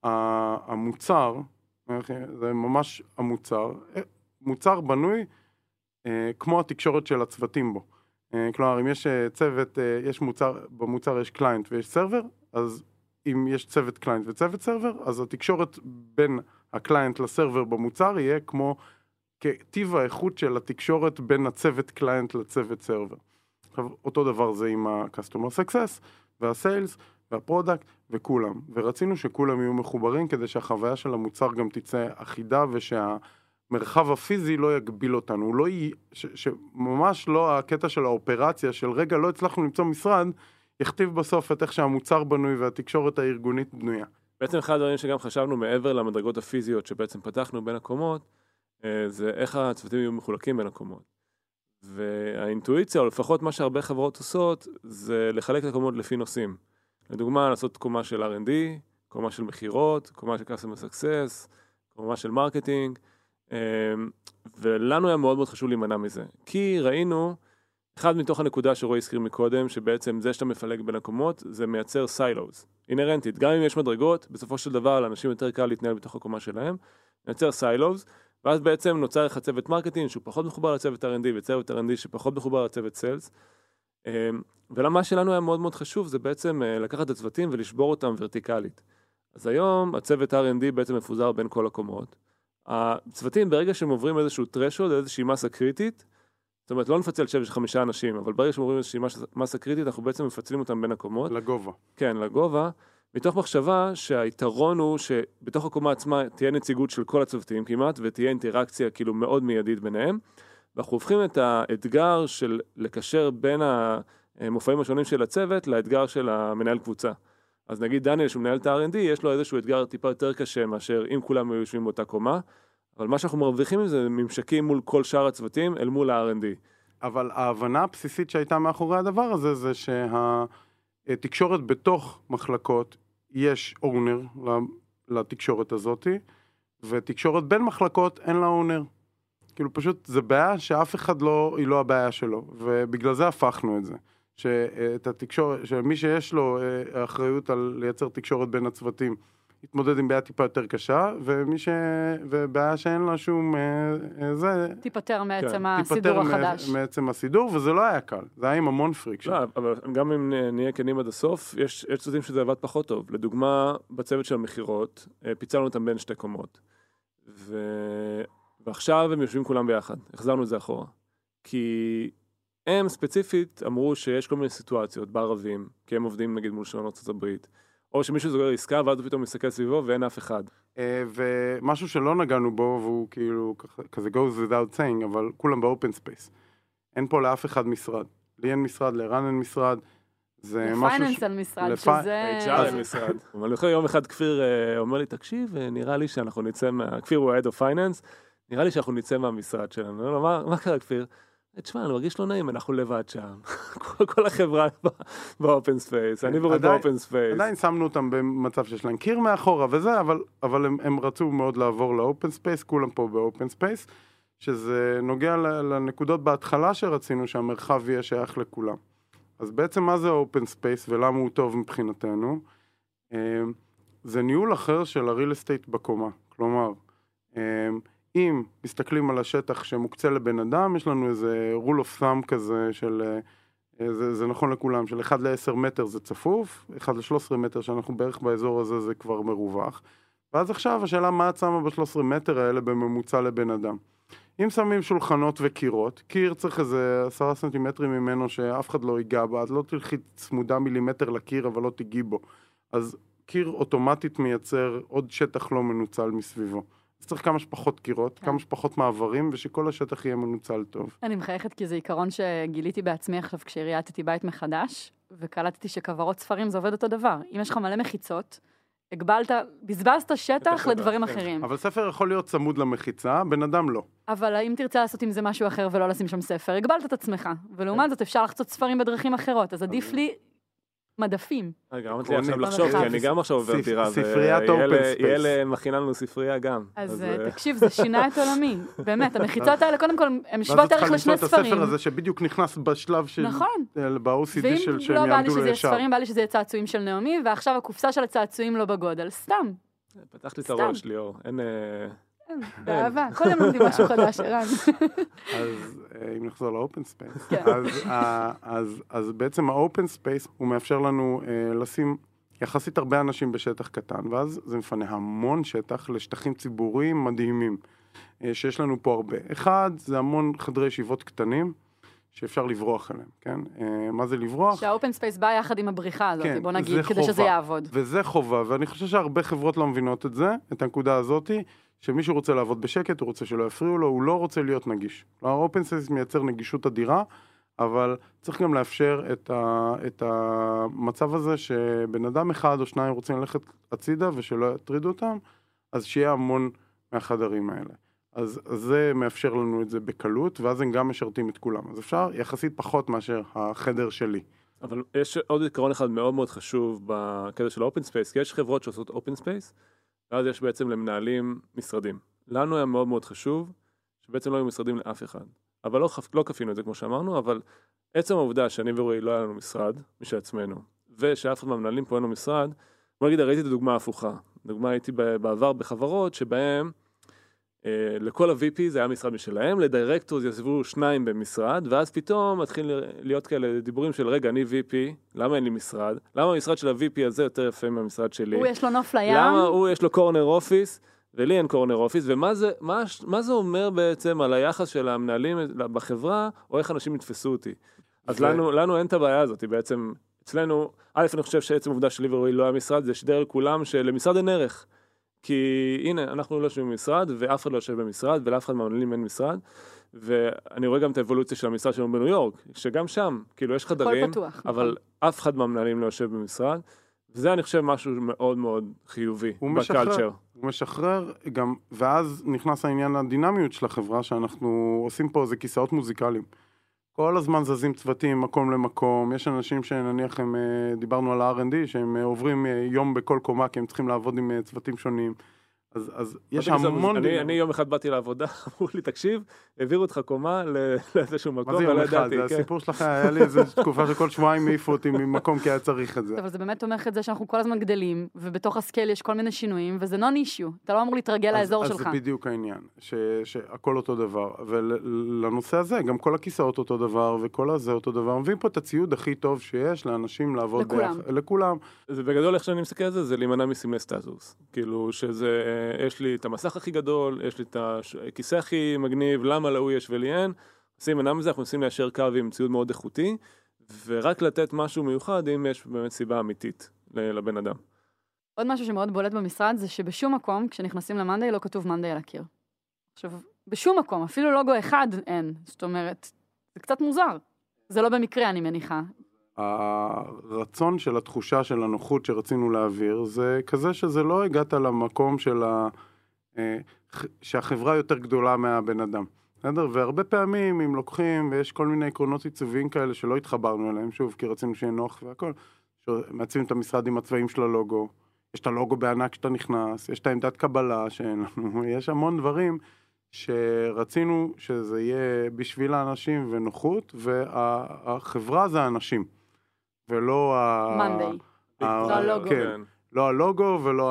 המוצר, זה ממש המוצר, מוצר בנוי כמו התקשורת של הצוותים בו. כלומר, אם יש צוות, יש מוצר, במוצר יש קליינט ויש סרבר, אז אם יש צוות קליינט וצוות סרבר, אז התקשורת בין הקליינט לסרבר במוצר יהיה כמו כטיב האיכות של התקשורת בין הצוות קליינט לצוות סרבר. אותו דבר זה עם ה-Customer Success וה-Sales, והפרודקט וכולם, ורצינו שכולם יהיו מחוברים כדי שהחוויה של המוצר גם תצא אחידה ושהמרחב הפיזי לא יגביל אותנו, הוא לא י... ש... שממש לא הקטע של האופרציה של רגע לא הצלחנו למצוא משרד, יכתיב בסוף את איך שהמוצר בנוי והתקשורת הארגונית בנויה. בעצם אחד הדברים שגם חשבנו מעבר למדרגות הפיזיות שבעצם פתחנו בין הקומות, זה איך הצוותים יהיו מחולקים בין הקומות. והאינטואיציה, או לפחות מה שהרבה חברות עושות, זה לחלק את הקומות לפי נושאים. לדוגמה, לעשות קומה של אר אנד די, קומה של מחירות, קומה של Customer Success, קומה של מרקטינג, ולנו היה מאוד מאוד חשוב להימנע מזה. כי ראינו, אחד מתוך הנקודה שרועי הזכיר מקודם, שבעצם זה שאתה מפלג בין הקומות, זה מייצר סיילוז, אינרנטית. גם אם יש מדרגות, בסופו של דבר, לאנשים יותר קל להתנהל בתוך הקומה שלהם, מייצר סיילוז, ואז בעצם נוצר לך צוות מרקטינג, שהוא פחות מחובר לצוות אר אנד די, וצוות אר אנד די שפחות מחובר לצוות סיילס, ולמה שלנו היה מאוד מאוד חשוב, זה בעצם לקחת את הצוותים ולשבור אותם ורטיקלית. אז היום הצוות אר אנד די בעצם מפוזר בין כל הקומות. הצוותים ברגע שהם עוברים איזשהו threshold, איזושהי מסה קריטית, זאת אומרת לא נפצל שבע של חמישה אנשים, אבל ברגע שהם עוברים איזושהי מסה קריטית, אנחנו בעצם מפצלים אותם בין הקומות. לגובה. כן, לגובה, מתוך מחשבה שהיתרון הוא שבתוך הקומה עצמה תהיה נציגות של כל הצוותים כמעט, ותהיה אינטראקציה כאילו מאוד מיידית ביניהם, ואנחנו הופכים את האתגר של לקשר בין המופעים השונים של הצוות לאתגר של המנהל קבוצה. אז נגיד דניאל, שהוא מנהל את ה-אר אנד די, יש לו איזשהו אתגר טיפה יותר קשה מאשר אם כולם היו יושבים באותה קומה, אבל מה שאנחנו מרוויחים מזה, זה ממשקים מול כל שאר הצוותים, אל מול ה-אר אנד די. אבל ההבנה הבסיסית שהייתה מאחורי הדבר הזה, זה שהתקשורת בתוך מחלקות, יש אונר לתקשורת הזאת, ותקשורת בין מחלקות אין לה אונר. כאילו פשוט זה בעיה שאף אחד לא, היא לא הבעיה שלו, ובגלל זה הפכנו את זה. שאת התקשורת, שמי שיש לו אחריות על לייצר תקשורת בין הצוותים, יתמודד עם בעיה טיפה יותר קשה, ומי ש... ובעיה שאין לה שום... זה... תיפטר מעצם הסידור החדש. תיפטר מעצם הסידור, וזה לא היה קל. זה היה עם המון פריקשן. לא, אבל גם אם נהיה כנים עד הסוף, יש, יש צוותים שזה עבד פחות טוב. לדוגמה, בצוות של המחירות, פיצלנו אותם בין שתי קומות. ו... ועכשיו הם יושבים כולם ביחד. החזרנו את זה אחורה. כי הם ספציפית אמרו שיש כל מיני סיטואציות בערבים, כי הם עובדים נגיד מול שעון ארצות הברית, או שמישהו סוגר עסקה, ואז הוא פתאום מסתכל סביבו, ואין אף אחד. ומשהו שלא נגענו בו, והוא כאילו, כזה goes without saying, אבל כולם באופן ספייס. אין פה לאף אחד משרד. לי אין משרד, לרן אין משרד. זה משהו... לפייננס על משרד, שזה... אייץ' אר על משרד. אבל אני חושב יום אחד כפיר אומר לי, תקשיב, נראה לי שאנחנו נצא מה... כפיר הוא ה-Head of Finance, נראה לי שאנחנו נצא מהמשרד שלנו. מה קרה כפיר? תשמע, אני מרגיש לא נעים, אנחנו לבד שם. כל החברה באופן ספייס, אני ורד באופן ספייס. עדיין שמנו אותם במצב שיש להם קיר מאחורה וזה, אבל, אבל הם, הם רצו מאוד לעבור לאופן ספייס, כולם פה באופן ספייס, שזה נוגע לנקודות בהתחלה שרצינו שהמרחב יהיה שייך לכולם. אז בעצם מה זה אופן ספייס ולמה הוא טוב מבחינתנו? זה ניהול אחר של הריל אסטייט בקומה. כלומר, אם מסתכלים על השטח שמוקצה לבן אדם, יש לנו איזה rule of thumb כזה של, זה, זה נכון לכולם, של אחד לעשר מטר זה צפוף, אחד לשלוש עשרה מטר שאנחנו בערך באזור הזה זה כבר מרווח. ואז עכשיו השאלה מה את שמה ב-שלושה עשר מטר האלה בממוצע לבן אדם. אם שמים שולחנות וקירות, קיר צריך איזה עשרה סנטימטרים ממנו שאף אחד לא ייגע בה, אז לא תלכי צמודה מילימטר לקיר אבל לא תיגעי בו. אז קיר אוטומטית מייצר עוד שטח לא מנוצל מסביבו. אז צריך כמה שפחות קירות, כמה שפחות מעברים, ושכל השטח יהיה מנוצל טוב. אני מחייכת כי זה עיקרון שגיליתי בעצמי עכשיו כשהריאטתי בית מחדש, וקלטתי שכברות ספרים זה עובד אותו דבר. אם יש לך מלא מחיצות, הגבלת, בזבזת שטח לדברים אחרים. אבל ספר יכול להיות צמוד למחיצה, בן אדם לא. אבל אם תרצה לעשות עם זה משהו אחר ולא לשים שם ספר, הגבלת את עצמך. ולעומת זאת אפשר לחצות ספרים בדרכים אחרות, אז עדיף לי מדפים. רגע, אמרתי לי עכשיו לחשוב, כי אני גם עכשיו עובר דירה, ספריית אופן ספייס. יהיה מכינה לנו ספרייה גם. אז תקשיב, זה שינה את עולמי. באמת, המחיצות האלה, קודם כל, הם שוות ערך לשני ספרים. הספר הזה שבדיוק נכנס בשלב של... נכון. ב-או סי די של שהם ואם לא בא לי יעמדו שזה יהיה לישר. ספרים, בא לי שזה יהיה צעצועים של נעמי, ועכשיו הקופסה של הצעצועים לא בגודל. סתם. פתחת לי את הראש, ליאור. אין... באהבה, כל יום לומדים משהו חדש, ערן. אז אם נחזור לאופן ספייס, אז בעצם האופן ספייס הוא מאפשר לנו לשים יחסית הרבה אנשים בשטח קטן, ואז זה מפנה המון שטח לשטחים ציבוריים מדהימים, שיש לנו פה הרבה. אחד, זה המון חדרי ישיבות קטנים, שאפשר לברוח אליהם, כן? מה זה לברוח? שהאופן ספייס בא יחד עם הבריחה הזאת, כן, בוא נגיד, כדי שזה יעבוד. וזה חובה, ואני חושב שהרבה חברות לא מבינות את זה, את הנקודה הזאת, שמישהו רוצה לעבוד בשקט, הוא רוצה שלא יפריעו לו, הוא לא רוצה להיות נגיש. האופן ספייס מייצר נגישות אדירה, אבל צריך גם לאפשר את, ה, את המצב הזה שבן אדם אחד או שניים רוצים ללכת הצידה ושלא יטרידו אותם, אז שיהיה המון מהחדרים האלה. אז, אז זה מאפשר לנו את זה בקלות, ואז הם גם משרתים את כולם. אז אפשר יחסית פחות מאשר החדר שלי. אבל יש עוד עיקרון אחד מאוד מאוד חשוב בקטע של האופן ספייס, כי יש חברות שעושות אופן ספייס, ואז יש בעצם למנהלים משרדים. לנו היה מאוד מאוד חשוב, שבעצם לא היו משרדים לאף אחד. אבל לא, לא כפינו את זה כמו שאמרנו, אבל עצם העובדה שאני ורועי לא היה לנו משרד, משל עצמנו, ושאף אחד מהמנהלים פה אין לו משרד, בוא נגיד, ראיתי את הדוגמה ההפוכה. דוגמה הייתי בעבר בחברות שבהם, אה, לכל ה-וי פי זה היה משרד משלהם, לדירקטורס יסבו שניים במשרד, ואז פתאום מתחיל להיות כאלה דיבורים של רגע, אני וי פי, למה אין לי משרד? למה המשרד של ה-וי פי הזה יותר יפה מהמשרד שלי? הוא יש לו נוף לים. למה הוא יש לו קורנר אופיס, ולי אין קורנר אופיס, ומה זה, מה, מה זה אומר בעצם על היחס של המנהלים בחברה, או איך אנשים יתפסו אותי? אז ו... לנו, לנו אין את הבעיה הזאת, בעצם אצלנו, א', אני חושב שעצם עובדה שלי ורועי לא היה משרד, זה שדר לכולם שלמשרד אין ערך. כי הנה, אנחנו לא יושבים במשרד, ואף אחד לא יושב במשרד, ולאף אחד מהמנהלים אין משרד, ואני רואה גם את האבולוציה של המשרד שלנו בניו יורק, שגם שם, כאילו יש חדרים, פתוח, אבל נכון. אף אחד מהמנהלים לא יושב במשרד, וזה אני חושב משהו מאוד מאוד חיובי בקלצ'ר. הוא משחרר גם, ואז נכנס העניין הדינמיות של החברה, שאנחנו עושים פה איזה כיסאות מוזיקליים. כל הזמן זזים צוותים מקום למקום, יש אנשים שנניח הם, דיברנו על ה-אר אנד די, שהם עוברים יום בכל קומה, כי הם צריכים לעבוד עם צוותים שונים. אז, אז יש המון... אני, אני יום אחד באתי לעבודה, אמרו לי, תקשיב, העבירו אותך קומה לאיזשהו מקום, ולא ידעתי. זה הסיפור שלך, היה לי איזו תקופה שכל שבועיים העיפו אותי ממקום, כי היה צריך את זה. אבל זה באמת תומך את זה שאנחנו כל הזמן גדלים, ובתוך הסקייל יש כל מיני שינויים, וזה non issue. אתה לא אמור להתרגל לאזור שלך. אז זה בדיוק העניין, שהכל אותו דבר. ולנושא הזה, גם כל הכיסאות אותו דבר, וכל הזה אותו דבר. מביאים פה את הציוד הכי טוב שיש לאנשים לעבוד לכולם. לכולם. זה בגדול, איך שאני מסתכל על זה, זה להימנע מסמלי סטטוס. כאילו, שזה, יש לי את המסך הכי גדול, יש לי את הכיסא הכי מגניב, למה להוא יש ולי אין. עושים מנע מזה, אנחנו עושים ליישר קו עם ציוד מאוד איכותי, ורק לתת משהו מיוחד אם יש באמת סיבה אמיתית לבן אדם. עוד משהו שמאוד בולט במשרד זה שבשום מקום, כשנכנסים למנדי, לא כתוב מנדי על הקיר. עכשיו, בשום מקום, אפילו לוגו אחד אין. זאת אומרת, זה קצת מוזר. זה לא במקרה, אני מניחה. הרצון של התחושה של הנוחות שרצינו להעביר, זה כזה שזה לא הגעת למקום של ה... שהחברה יותר גדולה מהבן אדם. בסדר? והרבה פעמים אם לוקחים, ויש כל מיני עקרונות עיצוביים כאלה שלא התחברנו אליהם, שוב, כי רצינו שיהיה נוח והכל, מעצבים את המשרד עם הצבעים של הלוגו, יש את הלוגו בענק שאתה נכנס, יש את העמדת קבלה שאין לנו, יש המון דברים שרצינו שזה יהיה בשביל האנשים ונוחות, והחברה זה האנשים, ולא מנדי, לא הלוגו. כן. לא הלוגו ולא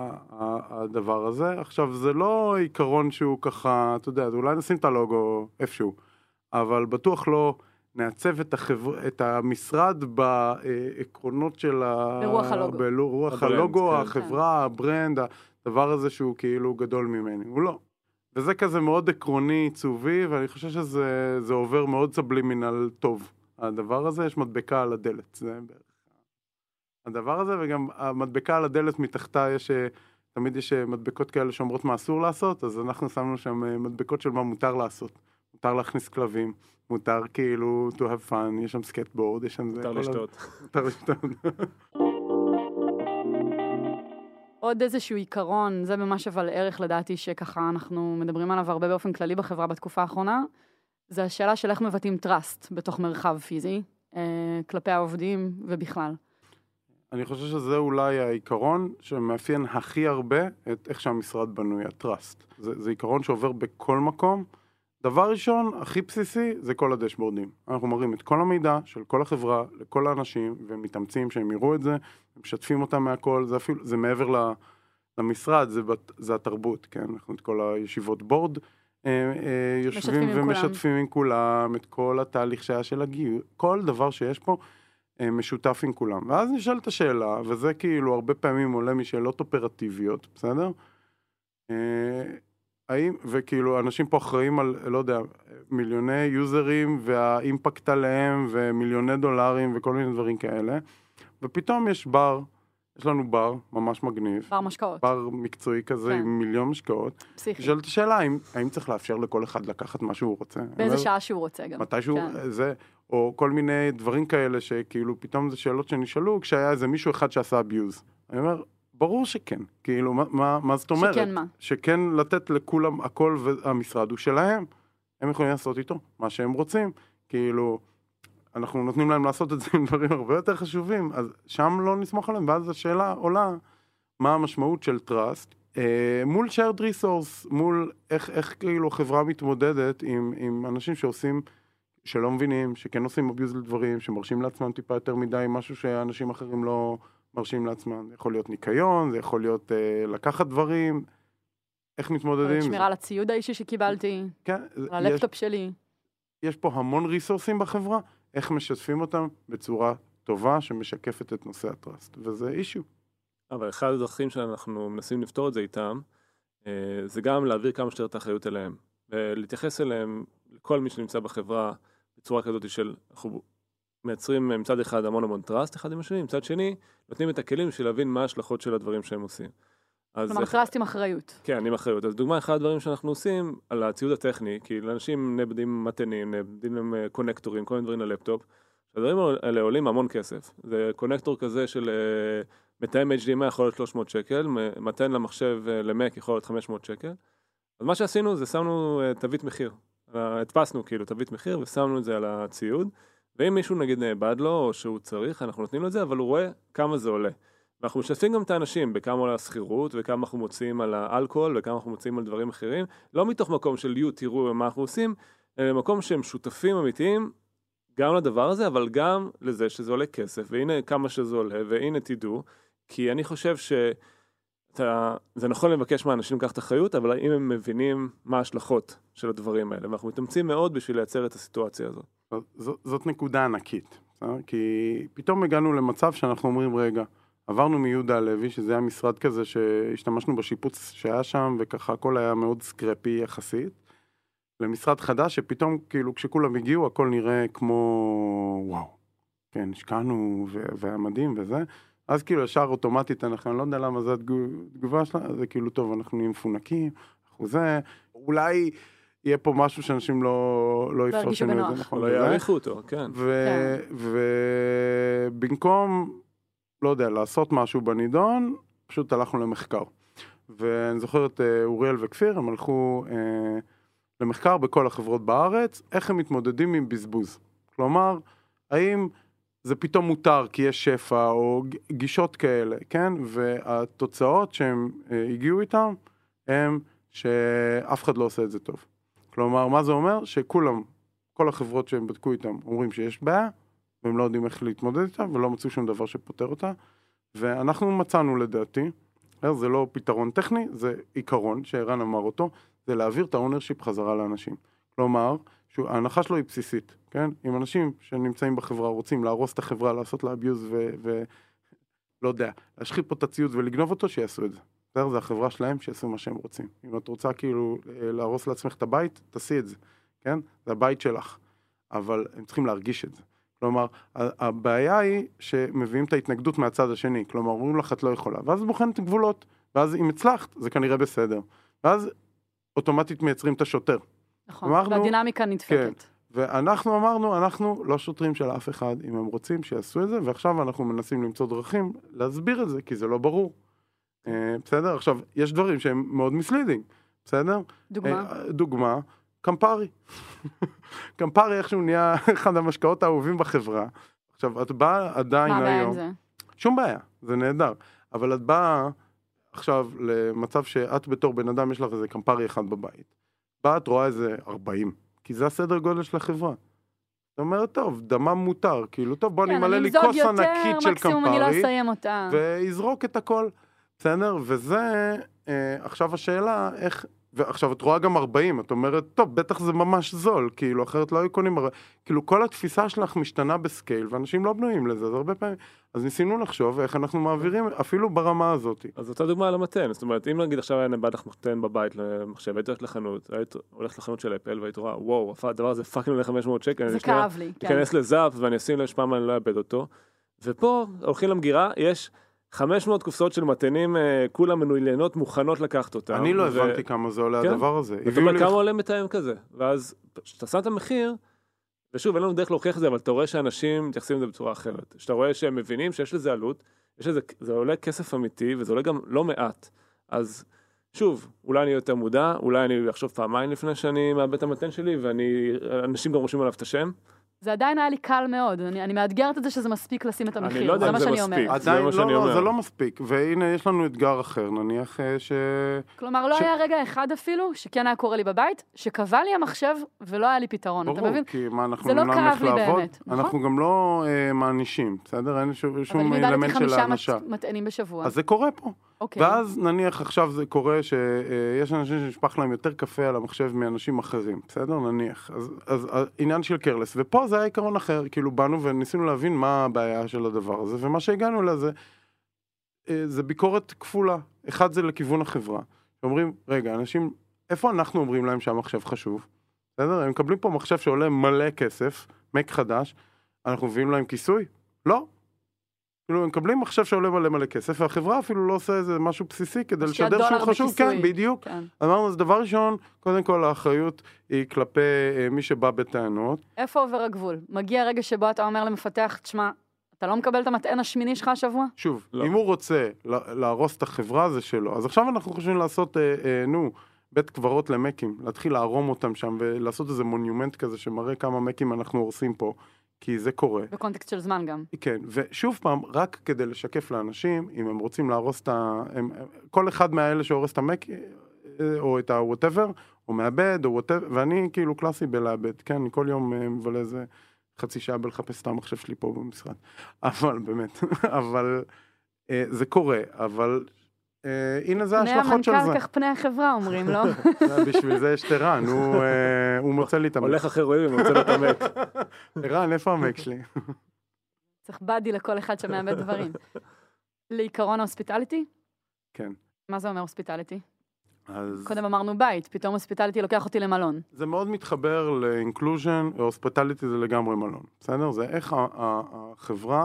הדבר הזה. עכשיו, זה לא עיקרון שהוא ככה, אתה יודע, אולי נשים את הלוגו איפשהו, אבל בטוח לא נעצב את, החבר... את המשרד בעקרונות של ה... ברוח הלוגו. ברוח הלוגו, החברה, הברנד, הדבר הזה שהוא כאילו גדול ממני. הוא לא. וזה כזה מאוד עקרוני, עיצובי, ואני חושב שזה עובר מאוד סבלימינל טוב. הדבר הזה, יש מדבקה על הדלת. זה בערך. הדבר הזה, וגם המדבקה על הדלת מתחתה, יש, תמיד יש מדבקות כאלה שאומרות מה אסור לעשות, אז אנחנו שמנו שם מדבקות של מה מותר לעשות. מותר להכניס כלבים, מותר כאילו to have fun, יש שם סקטבורד, יש שם... מותר לשתות. מותר לשתות. עוד איזשהו עיקרון, זה ממש אבל ערך לדעתי שככה אנחנו מדברים עליו הרבה באופן כללי בחברה בתקופה האחרונה, זה השאלה של איך מבטאים טראסט בתוך מרחב פיזי, כלפי העובדים ובכלל. אני חושב שזה אולי העיקרון שמאפיין הכי הרבה את איך שהמשרד בנוי, הטראסט. זה, זה עיקרון שעובר בכל מקום. דבר ראשון, הכי בסיסי, זה כל הדשבורדים. אנחנו מראים את כל המידע של כל החברה, לכל האנשים, והם מתאמצים שהם יראו את זה, הם משתפים אותם מהכל, זה אפילו, זה מעבר למשרד, זה, זה התרבות, כן? אנחנו את כל הישיבות בורד, יושבים ומשתפים עם כולם, את כל התהליך שהיה של הגיור, כל דבר שיש פה, משותף עם כולם. ואז נשאלת השאלה, וזה כאילו הרבה פעמים עולה משאלות אופרטיביות, בסדר? האם, וכאילו אנשים פה אחראים על, לא יודע, מיליוני יוזרים והאימפקט עליהם ומיליוני דולרים וכל מיני דברים כאלה, ופתאום יש בר, יש לנו בר ממש מגניב. בר משקאות. בר מקצועי כזה כן. עם מיליון משקאות. פסיכי. נשאלת השאלה, האם, האם צריך לאפשר לכל אחד לקחת מה שהוא רוצה? באיזה שעה שהוא רוצה גם. מתי שהוא, כן. זה, או כל מיני דברים כאלה שכאילו פתאום זה שאלות שנשאלו, כשהיה איזה מישהו אחד שעשה אביוז. אני אומר, ברור שכן. כאילו, מה, מה, מה זאת אומרת? שכן מה? שכן לתת לכולם הכל והמשרד הוא שלהם. הם יכולים לעשות איתו מה שהם רוצים. כאילו, אנחנו נותנים להם לעשות את זה עם דברים הרבה יותר חשובים, אז שם לא נסמוך עליהם, ואז השאלה עולה, מה המשמעות של טראסט, אה, מול shared resource, מול איך, איך כאילו חברה מתמודדת עם, עם אנשים שעושים, שלא מבינים, שכן עושים אביוז לדברים, שמרשים לעצמם טיפה יותר מדי, משהו שאנשים אחרים לא מרשים לעצמם, זה יכול להיות ניקיון, זה יכול להיות אה, לקחת דברים, איך מתמודדים? שמירה על הציוד האישי שקיבלתי, כן, על הלפטופ שלי. יש פה המון ריסורסים בחברה, איך משתפים אותם בצורה טובה שמשקפת את נושא הטראסט, וזה אישיו. אבל אחד הדרכים שאנחנו מנסים לפתור את זה איתם, זה גם להעביר כמה שיותר את האחריות אליהם, ולהתייחס אליהם, לכל מי שנמצא בחברה, בצורה כזאת של, אנחנו מייצרים מצד אחד המון המון טראסט, אחד עם השני, מצד שני, נותנים את הכלים בשביל להבין מה ההשלכות של הדברים שהם עושים. כלומר, טראסט עם אחריות. כן, עם אחריות. אז דוגמה, אחד הדברים שאנחנו עושים על הציוד הטכני, כי לאנשים נאבדים מתנים, נאבדים הם קונקטורים, כל מיני דברים ללפטופ, הדברים האלה עולים המון כסף. זה קונקטור כזה של מתאם אייץ' די אם איי יכול להיות שלוש מאות שקל, מתן למחשב למק יכול להיות חמש מאות שקל. אז מה שעשינו זה שמנו תווית מחיר. הדפסנו כאילו תווית מחיר ושמנו את זה על הציוד, ואם מישהו נגיד נאבד לו או שהוא צריך, אנחנו נותנים לו את זה, אבל הוא רואה כמה זה עולה. ואנחנו משתפים גם את האנשים בכמה עולה הסחירות, וכמה אנחנו מוצאים על האלכוהול, וכמה אנחנו מוצאים על דברים אחרים, לא מתוך מקום של יו, תראו מה אנחנו עושים, אלא מקום שהם שותפים אמיתיים, גם לדבר הזה, אבל גם לזה שזה עולה כסף, והנה כמה שזה עולה, והנה תדעו, כי אני חושב שזה נכון לבקש מהאנשים לקחת אחריות, אבל אם הם מבינים מה ההשלכות של הדברים האלה, ואנחנו מתאמצים מאוד בשביל לייצר את הסיטואציה הזאת. זאת, זאת נקודה ענקית, כי פתאום הגענו למצב שאנחנו אומרים, רגע, עברנו מיהודה הלוי, שזה היה משרד כזה שהשתמשנו בשיפוץ שהיה שם, וככה הכל היה מאוד סקרפי יחסית, למשרד חדש שפתאום כאילו כשכולם הגיעו הכל נראה כמו וואו, כן, השקענו והיה מדהים וזה, אז כאילו ישר אוטומטית אנחנו, אני לא יודע למה זה התגובה שלה, זה כאילו טוב, אנחנו נהיים מפונקים, אחוזה, אולי יהיה פה משהו שאנשים לא, לא יפרשנו את זה, נכון? לא יעריכו אותו, כן. ובמקום, לא יודע, לעשות משהו בנידון, פשוט הלכנו למחקר. ואני זוכר את אוריאל וכפיר, הם הלכו למחקר בכל החברות בארץ, איך הם מתמודדים עם בזבוז. כלומר, האם זה פתאום מותר כי יש שפע או גישות כאלה, כן? והתוצאות שהם הגיעו איתם, הם שאף אחד לא עושה את זה טוב. כלומר, מה זה אומר? שכולם, כל החברות שהם בדקו איתם, אומרים שיש בעיה, והם לא יודעים איך להתמודד איתה, ולא מצאו שום דבר שפותר אותה. ואנחנו מצאנו לדעתי, זה לא פתרון טכני, זה עיקרון שערן אמר אותו, זה להעביר את האונרשיפ חזרה לאנשים. כלומר, ההנחה שלו היא בסיסית, כן? אם אנשים שנמצאים בחברה רוצים להרוס את החברה, לעשות לה אביוז ו... ו... לא יודע, להשחית פה את הציוד ולגנוב אותו, שיעשו את זה. זה החברה שלהם, שיעשו מה שהם רוצים. אם את רוצה כאילו להרוס לעצמך את הבית, תעשי את זה, כן? זה הבית שלך. אבל הם צריכים להרגיש את זה. כלומר, הבעיה היא שמביאים את ההתנגדות מהצד השני. כלומר, אומרים לך, את לא יכולה. ואז בוחנת גבולות. ואז אם הצלחת, זה כנראה בסדר. ואז אוטומטית מייצרים את השוטר. נכון, אמרנו, והדינמיקה נדפקת. כן, ואנחנו אמרנו, אנחנו לא שוטרים של אף אחד, אם הם רוצים שיעשו את זה, ועכשיו אנחנו מנסים למצוא דרכים להסביר את זה, כי זה לא ברור. בסדר? עכשיו, יש דברים שהם מאוד מסלידינג, בסדר? דוגמה? דוגמה, קמפרי. קמפרי איכשהו נהיה אחד המשקעות האהובים בחברה. עכשיו, את באה עדיין היום... מה הבעיה עם זה? שום בעיה, זה נהדר. אבל את באה עכשיו למצב שאת בתור בן אדם יש לך איזה קמפרי אחד בבית. באה את רואה איזה ארבעים, כי זה הסדר גודל של החברה. זאת אומרת, טוב, דמם מותר, כאילו, טוב, בוא נמלא לי כוס ענקית של קמפרי, ויזרוק את הכל. בסדר? וזה, אה, עכשיו השאלה, איך, ועכשיו את רואה גם ארבעים, את אומרת, טוב, בטח זה ממש זול, כאילו, אחרת לא היו קונים, כאילו, כל התפיסה שלך משתנה בסקייל, ואנשים לא בנויים לזה, אז הרבה פעמים, אז ניסינו לחשוב איך אנחנו מעבירים, אפילו ברמה הזאת. אז אותה דוגמה על המתן, זאת אומרת, אם נגיד עכשיו היה נבד לך מתן בבית למחשב, היית הולכת לחנות, היית הולכת לחנות של אפל, והיית רואה, וואו, הדבר הזה פאקינג עולה חמש מאות שקל, זה כאב לי, כן. אכנס לזאפ, ואני אשים להם שפעם אני לא אאבד אותו, ופה, הולכים למגירה, יש חמש מאות קופסאות של מתנים, כולם מנוילנות, מוכנות לקחת אותם. אני לא הבנתי כמה זה עולה הדבר הזה. זאת אומרת, כמה עולה מתאם כזה? ואז, כשאתה שם את המחיר, ושוב, אין לנו דרך להוכיח את זה, אבל אתה רואה שאנשים מתייחסים את זה בצורה אחרת. שאתה רואה שהם מבינים שיש לזה עלות, יש לזה, זה עולה כסף אמיתי, וזה עולה גם לא מעט. אז, שוב, אולי אני יותר מודע, אולי אני אחשוב פעמיים לפני שאני מאבד את המתן שלי, ואנשים גם רושמים עליו את השם. זה עדיין היה לי קל מאוד, אני, אני מאתגרת את זה שזה מספיק לשים את המחיר, אני לא יודע אם זה מספיק, עדיין לא, לא, זה לא מספיק, והנה יש לנו אתגר אחר, נניח ש... כלומר, לא ש... היה רגע אחד אפילו, שכן היה קורה לי בבית, שקבע לי המחשב ולא היה לי פתרון, ברור, אתה מבין? כי מה, אנחנו זה לא כאב לי באמת, נכון? אנחנו גם לא אה, מענישים, בסדר? אין שום, שום אלמנט של האנשה. אבל אם מטענים בשבוע. אז זה קורה פה. אוקיי. ואז נניח עכשיו זה קורה שיש אנשים שנשפך להם יותר קפה על המחשב מאנשים אחרים, בסדר? נניח. אז, אז העניין של קרלס, ופה זה היה עיקרון אחר, כאילו באנו וניסינו להבין מה הבעיה של הדבר הזה, ומה שהגענו לזה, זה ביקורת כפולה. אחד זה לכיוון החברה. אומרים, רגע, אנשים, איפה אנחנו אומרים להם שהמחשב חשוב? בסדר? הם מקבלים פה מחשב שעולה מלא כסף, מק חדש, אנחנו מביאים להם כיסוי? לא. כאילו, הם מקבלים מחשב שעולה מלא מלא כסף, והחברה אפילו לא עושה איזה משהו בסיסי כדי לשדר שהוא חשוב. כן, בדיוק. כן. אמרנו, אז דבר ראשון, קודם כל, האחריות היא כלפי מי שבא בטענות. איפה עובר הגבול? מגיע רגע שבו אתה אומר למפתח, תשמע, אתה לא מקבל את המטען השמיני שלך השבוע? שוב, לא. אם הוא רוצה להרוס את החברה, זה שלו. אז עכשיו אנחנו חושבים לעשות, אה, אה, נו, בית קברות למקים, להתחיל להרום אותם שם, ולעשות איזה מונומנט כזה שמראה כמה מקים אנחנו הורסים פה, כי זה קורה. בקונטקסט של זמן גם. כן, ושוב פעם, רק כדי לשקף לאנשים, אם הם רוצים להרוס את ה... הם, כל אחד מהאלה שהורס את המק, או את ה-whatever, או מאבד, או whatever, ואני כאילו קלאסי בלאבד, כן, כל יום מבלה איזה חצי שעה בלחפש את המחשב שלי פה במשרד. אבל באמת, אבל אה, זה קורה, אבל אה, הנה זה ההשלכות של זה. פני המנכ"ל כך פני החברה אומרים, לא? בשביל זה יש טרן, הוא, אה, הוא מוצא לי את המק. הולך אחרי רואים ומוצא לו את המק. טרן, איפה המק שלי? צריך בדי לכל אחד שמאבד דברים. לעיקרון ההוספיטליטי? כן. מה זה אומר הוספיטליטי? אז... קודם אמרנו בית, פתאום הוספיטליטי לוקח אותי למלון. זה מאוד מתחבר לאינקלוז'ן, הוספיטליטי זה לגמרי מלון, בסדר? זה איך החברה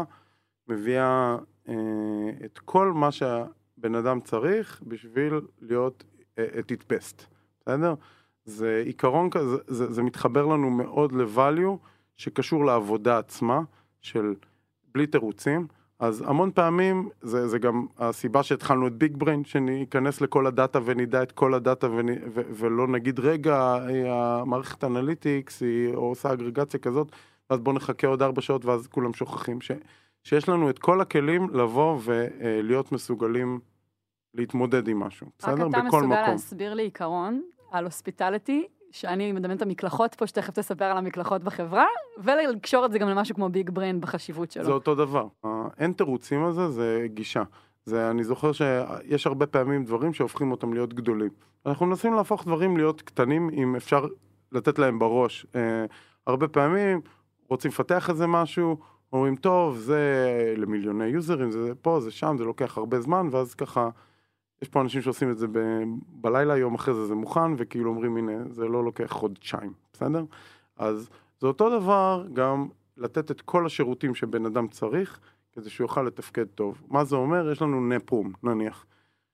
מביאה אה, את כל מה שהבן אדם צריך בשביל להיות את it best, בסדר? זה עיקרון כזה, זה, זה מתחבר לנו מאוד ל-value שקשור לעבודה עצמה, של בלי תירוצים, אז המון פעמים, זה, זה גם הסיבה שהתחלנו את ביג בריין, שניכנס לכל הדאטה ונדע את כל הדאטה, ו, ו, ולא נגיד, רגע, המערכת אנליטיקס היא עושה אגרגציה כזאת, אז בואו נחכה עוד ארבע שעות, ואז כולם שוכחים, ש, שיש לנו את כל הכלים לבוא ולהיות מסוגלים להתמודד עם משהו, בסדר? בכל מקום. רק אתה מסוגל להסביר לי עיקרון על הוספיטליטי, שאני מדמיינת את המקלחות פה, שתכף תספר על המקלחות בחברה, ולקשור את זה גם למשהו כמו ביג בריין בחשיבות שלו. זה אותו דבר. אין תירוצים הזה, זה גישה. זה, אני זוכר שיש הרבה פעמים דברים שהופכים אותם להיות גדולים. אנחנו מנסים להפוך דברים להיות קטנים, אם אפשר לתת להם בראש. אה, הרבה פעמים רוצים לפתח איזה משהו, אומרים, טוב, זה למיליוני יוזרים, זה פה, זה שם, זה לוקח הרבה זמן, ואז ככה... יש פה אנשים שעושים את זה ב- בלילה, יום אחרי זה זה מוכן, וכאילו אומרים, הנה, זה לא לוקח חודשיים, בסדר? אז זה אותו דבר גם לתת את כל השירותים שבן אדם צריך, כדי שהוא יוכל לתפקד טוב. מה זה אומר? יש לנו נפרום, נניח.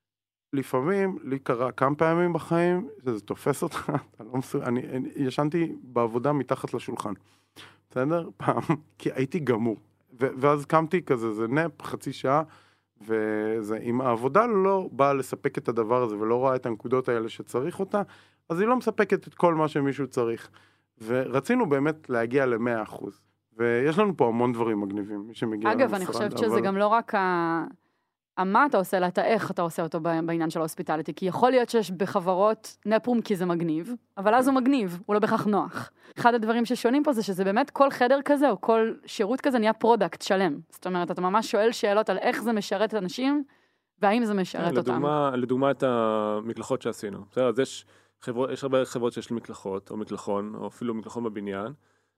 לפעמים, לי קרה כמה פעמים בחיים, שזה תופס אותך, אתה לא מסוג... אני, אני ישנתי בעבודה מתחת לשולחן, בסדר? פעם, כי הייתי גמור. ו- ואז קמתי כזה, זה נפ, חצי שעה, וזה, אם העבודה לא באה לספק את הדבר הזה, ולא רואה את הנקודות האלה שצריך אותה, אז היא לא מספקת את כל מה שמישהו צריך. ורצינו באמת להגיע ל-מאה אחוז. ויש לנו פה המון דברים מגניבים, מי שמגיע אגב, למשרד. אגב, אני חושבת אבל... שזה גם לא רק ה... מה אתה עושה, אלא אתה איך אתה עושה אותו בעניין של ההוספיטליטי, כי יכול להיות שיש בחברות נפרום כי זה מגניב, אבל אז הוא מגניב, הוא לא בכך נוח. אחד הדברים ששונים פה זה שזה באמת כל חדר כזה, או כל שירות כזה נהיה פרודקט שלם. זאת אומרת, אתה ממש שואל שאלות על איך זה משרת את האנשים, והאם זה משרת אותם. לדוגמה את המקלחות שעשינו. בסדר, אז יש חברות, יש הרבה חברות שיש לי מקלחות, או מקלחון, או אפילו מקלחון בבניין,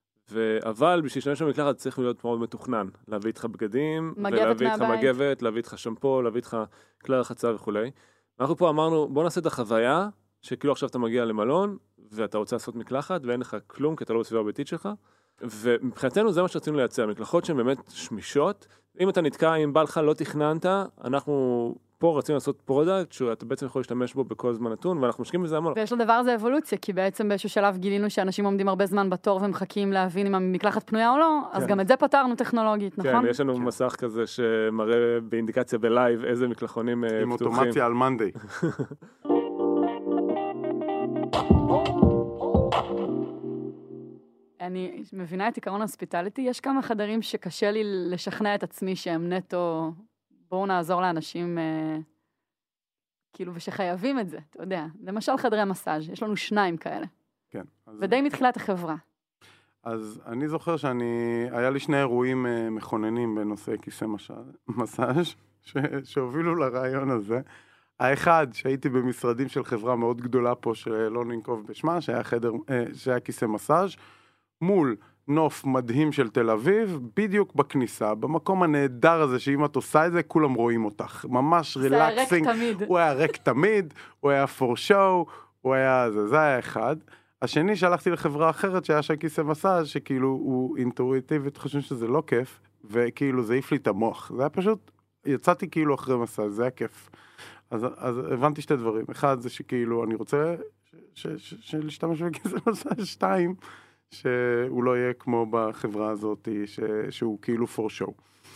אבל בשביל להשתמש במקלחת צריך להיות מאוד מתוכנן, להביא איתך בגדים, ולהביא איתך מגבת, להביא איתך שמפו, להביא איתך כלי רחצה וכו'. אנחנו פה אמרנו, בוא נעשה את החוויה, שכאילו עכשיו אתה מגיע למלון, ואתה רוצה לעשות מקלחת, ואין לך כלום, כי אתה לא בסביבה הביתית שלך, ומבחינתנו זה מה שרצינו לייצר, מקלחות שהן באמת שמישות, אם אתה נתקע, אם בא לך לא תכננת, אנחנו פה רצינו לעשות פרודקט, שאתה בעצם יכול להשתמש בו בכל זמן נתון, ואנחנו משקיעים בזה המון. ויש לדבר הזה אבולוציה, כי בעצם באיזשהו שלב גילינו שאנשים עומדים הרבה זמן בתור ומחכים להבין אם המקלחת פנויה או לא, אז גם את זה פתרנו טכנולוגית, נכון? כן, יש לנו מסך כזה שמראה באינדיקציה בלייב איזה מקלחונים פתוחים. עם אוטומציה על מנדי. אני מבינה את עיקרון ההוספיטליטי, יש כמה חדרים שקשה לי לשכנע את עצמי שהם נטו, בואו נעזור לאנשים, אה, כאילו, ושחייבים את זה, אתה יודע. למשל חדרי מסאז', יש לנו שניים כאלה. כן. אז... ודי מתחילת החברה. אז אני זוכר שאני, היה לי שני אירועים אה, מכוננים בנושא כיסא מסאז' ש... שהובילו לרעיון הזה. האחד, שהייתי במשרדים של חברה מאוד גדולה פה, שלא ננקוב בשמה, שהיה חדר, אה, שהיה כיסא מסאז' מול נוף מדהים של תל אביב, בדיוק בכניסה, במקום הנהדר הזה, שאם את עושה את זה, כולם רואים אותך. ממש רילקסינג. זה היה ריק תמיד. הוא היה ריק תמיד, הוא היה פור שואו, הוא היה זה, זה היה אחד. השני, שהלכתי לחברה אחרת, שהיה שם כיסא מסאז' שכאילו הוא אינטואיטיבית, חושבים שזה לא כיף, וכאילו זה העיף לי את המוח. זה היה פשוט, יצאתי כאילו אחרי מסאז', זה היה כיף. אז, אז הבנתי שתי דברים. אחד, זה שכאילו אני רוצה ש, ש, ש, להשתמש בכיסא מסאז', שתיים, שהוא לא יהיה כמו בחברה הזאת, ש, שהוא כאילו for show.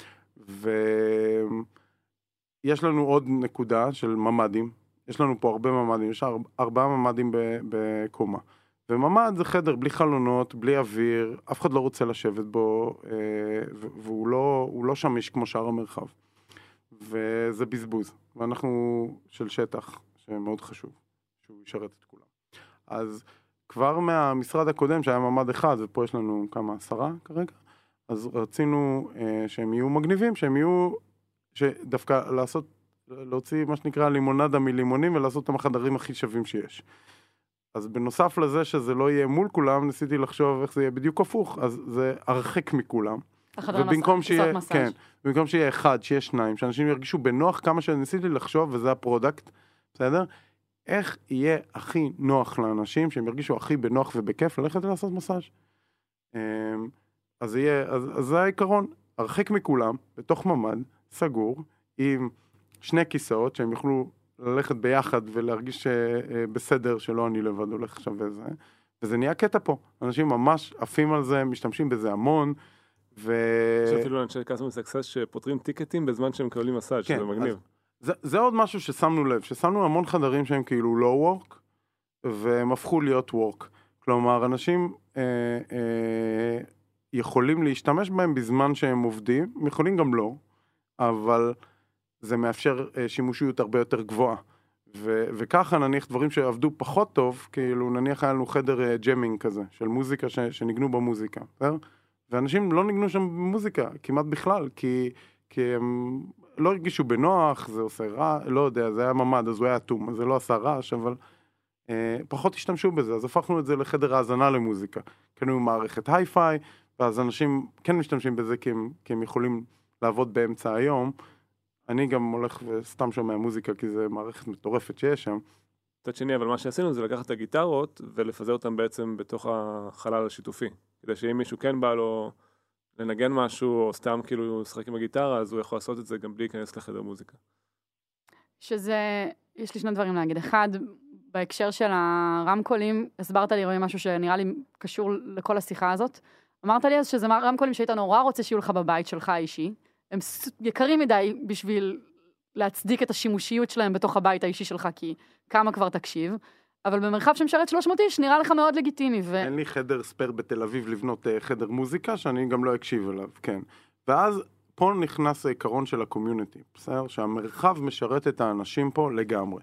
ויש לנו עוד נקודה של ממדים, יש לנו פה הרבה ממדים, יש ארבעה ממדים בקומה. וממד זה חדר בלי חלונות, בלי אוויר, אף אחד לא רוצה לשבת בו, והוא לא, הוא לא שמיש כמו שאר המרחב. וזה בזבוז, ואנחנו של שטח שמאוד חשוב, שהוא ישרת את כולם. אז כבר מהמשרד הקודם שהיה ממד אחד, ופה יש לנו כמה, עשרה כרגע, אז רצינו שהם יהיו מגניבים, שהם יהיו, שדווקא לעשות, להוציא מה שנקרא לימונדה מלימונים, ולעשות אותם החדרים הכי שווים שיש. אז בנוסף לזה שזה לא יהיה מול כולם, ניסיתי לחשוב איך זה יהיה בדיוק הפוך, אז זה הרחק מכולם. ובמקום שיהיה, כן, במקום שיהיה אחד, שיהיה שניים, שאנשים ירגישו בנוח כמה שניסיתי לחשוב, וזה הפרודקט, בסדר? איך יהיה הכי נוח לאנשים, שהם ירגישו הכי בנוח ובכיף, ללכת לעשות מסאז'. אז יהיה, אז, אז זה העיקרון, הרחק מכולם, בתוך ממד, סגור, עם שני כיסאות, שהם יוכלו ללכת ביחד ולהרגיש בסדר שלא אני לבד הולך שווה זה, וזה נהיה קטע פה. אנשים ממש עפים על זה, משתמשים בזה המון, ו... יש אפילו אנשי קאסטומר סקסס שפותרים טיקטים בזמן שהם מקבלים מסאז', שזה מגניב. זה, זה עוד משהו ששמנו לב, ששמנו המון חדרים שהם כאילו לא work, והם הפכו להיות work. כלומר, אנשים אה, אה, יכולים להשתמש בהם בזמן שהם עובדים, יכולים גם לא, אבל זה מאפשר אה, שימושיות הרבה יותר גבוהה. ו- וככה נניח דברים שעבדו פחות טוב, כאילו נניח היה לנו חדר אה, ג'מינג כזה, של מוזיקה ש- שניגנו במוזיקה, בסדר? ואנשים לא ניגנו שם במוזיקה, כמעט בכלל, כי, כי הם לא הרגישו בנוח, זה עושה רע, לא יודע, זה היה ממד, אז הוא היה אטום, אז זה לא עשה רעש, אבל אה, פחות השתמשו בזה, אז הפכנו את זה לחדר האזנה למוזיקה. קנו מערכת היי-פיי, ואז אנשים כן משתמשים בזה, כי הם, כי הם יכולים לעבוד באמצע היום. אני גם הולך וסתם שומע מוזיקה, כי זה מערכת מטורפת שיש שם. מצד שני, אבל מה שעשינו זה לקחת את הגיטרות, ולפזר אותם בעצם בתוך החלל השיתופי. כדי שאם מישהו כן בא לו לנגן משהו, או סתם כאילו לשחק עם הגיטרה, אז הוא יכול לעשות את זה גם בלי להיכנס לחדר מוזיקה. שזה, יש לי שני דברים להגיד. אחד, בהקשר של הרמקולים, הסברת לי רואים משהו שנראה לי קשור לכל השיחה הזאת. אמרת לי אז שזה רמקולים שהיית נורא רוצה שיהיו לך בבית שלך האישי. הם יקרים מדי בשביל להצדיק את השימושיות שלהם בתוך הבית האישי שלך, כי כמה כבר תקשיב. אבל במרחב שמשרת שלוש מאות איש נראה לך מאוד לגיטימי. ו... אין לי חדר ספר בתל אביב לבנות חדר מוזיקה שאני גם לא אקשיב אליו, כן. ואז פה נכנס העיקרון של הקומיוניטי, בסדר? שהמרחב משרת את האנשים פה לגמרי.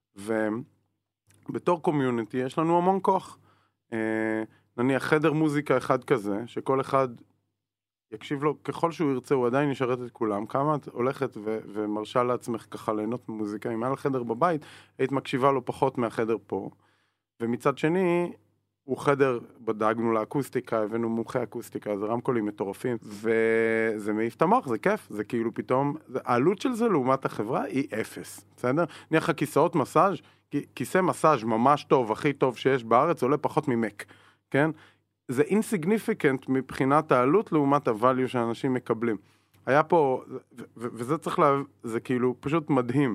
ובתור קומיוניטי יש לנו המון כוח. אה, נניח חדר מוזיקה אחד כזה, שכל אחד יקשיב לו, ככל שהוא ירצה, הוא עדיין ישרת את כולם. כמה את הולכת ו- ומרשה לעצמך ככה ליהנות ממוזיקה, אם היה לחדר בבית, היית מקשיבה לו פחות מהחדר פה. ומצד שני, הוא חדר, בדאגנו לאקוסטיקה, הבאנו מומחי אקוסטיקה, זה רמקולים מטורפים, וזה מעיף את המוח, זה כיף, זה כאילו פתאום, העלות של זה לעומת החברה היא אפס, בסדר? נניח הכיסאות מסאז', כיסא מסאז' ממש טוב, הכי טוב שיש בארץ, עולה פחות ממק, כן? זה insignificant מבחינת העלות לעומת הvalue שאנשים מקבלים. היה פה, וזה צריך לה, זה כאילו פשוט מדהים.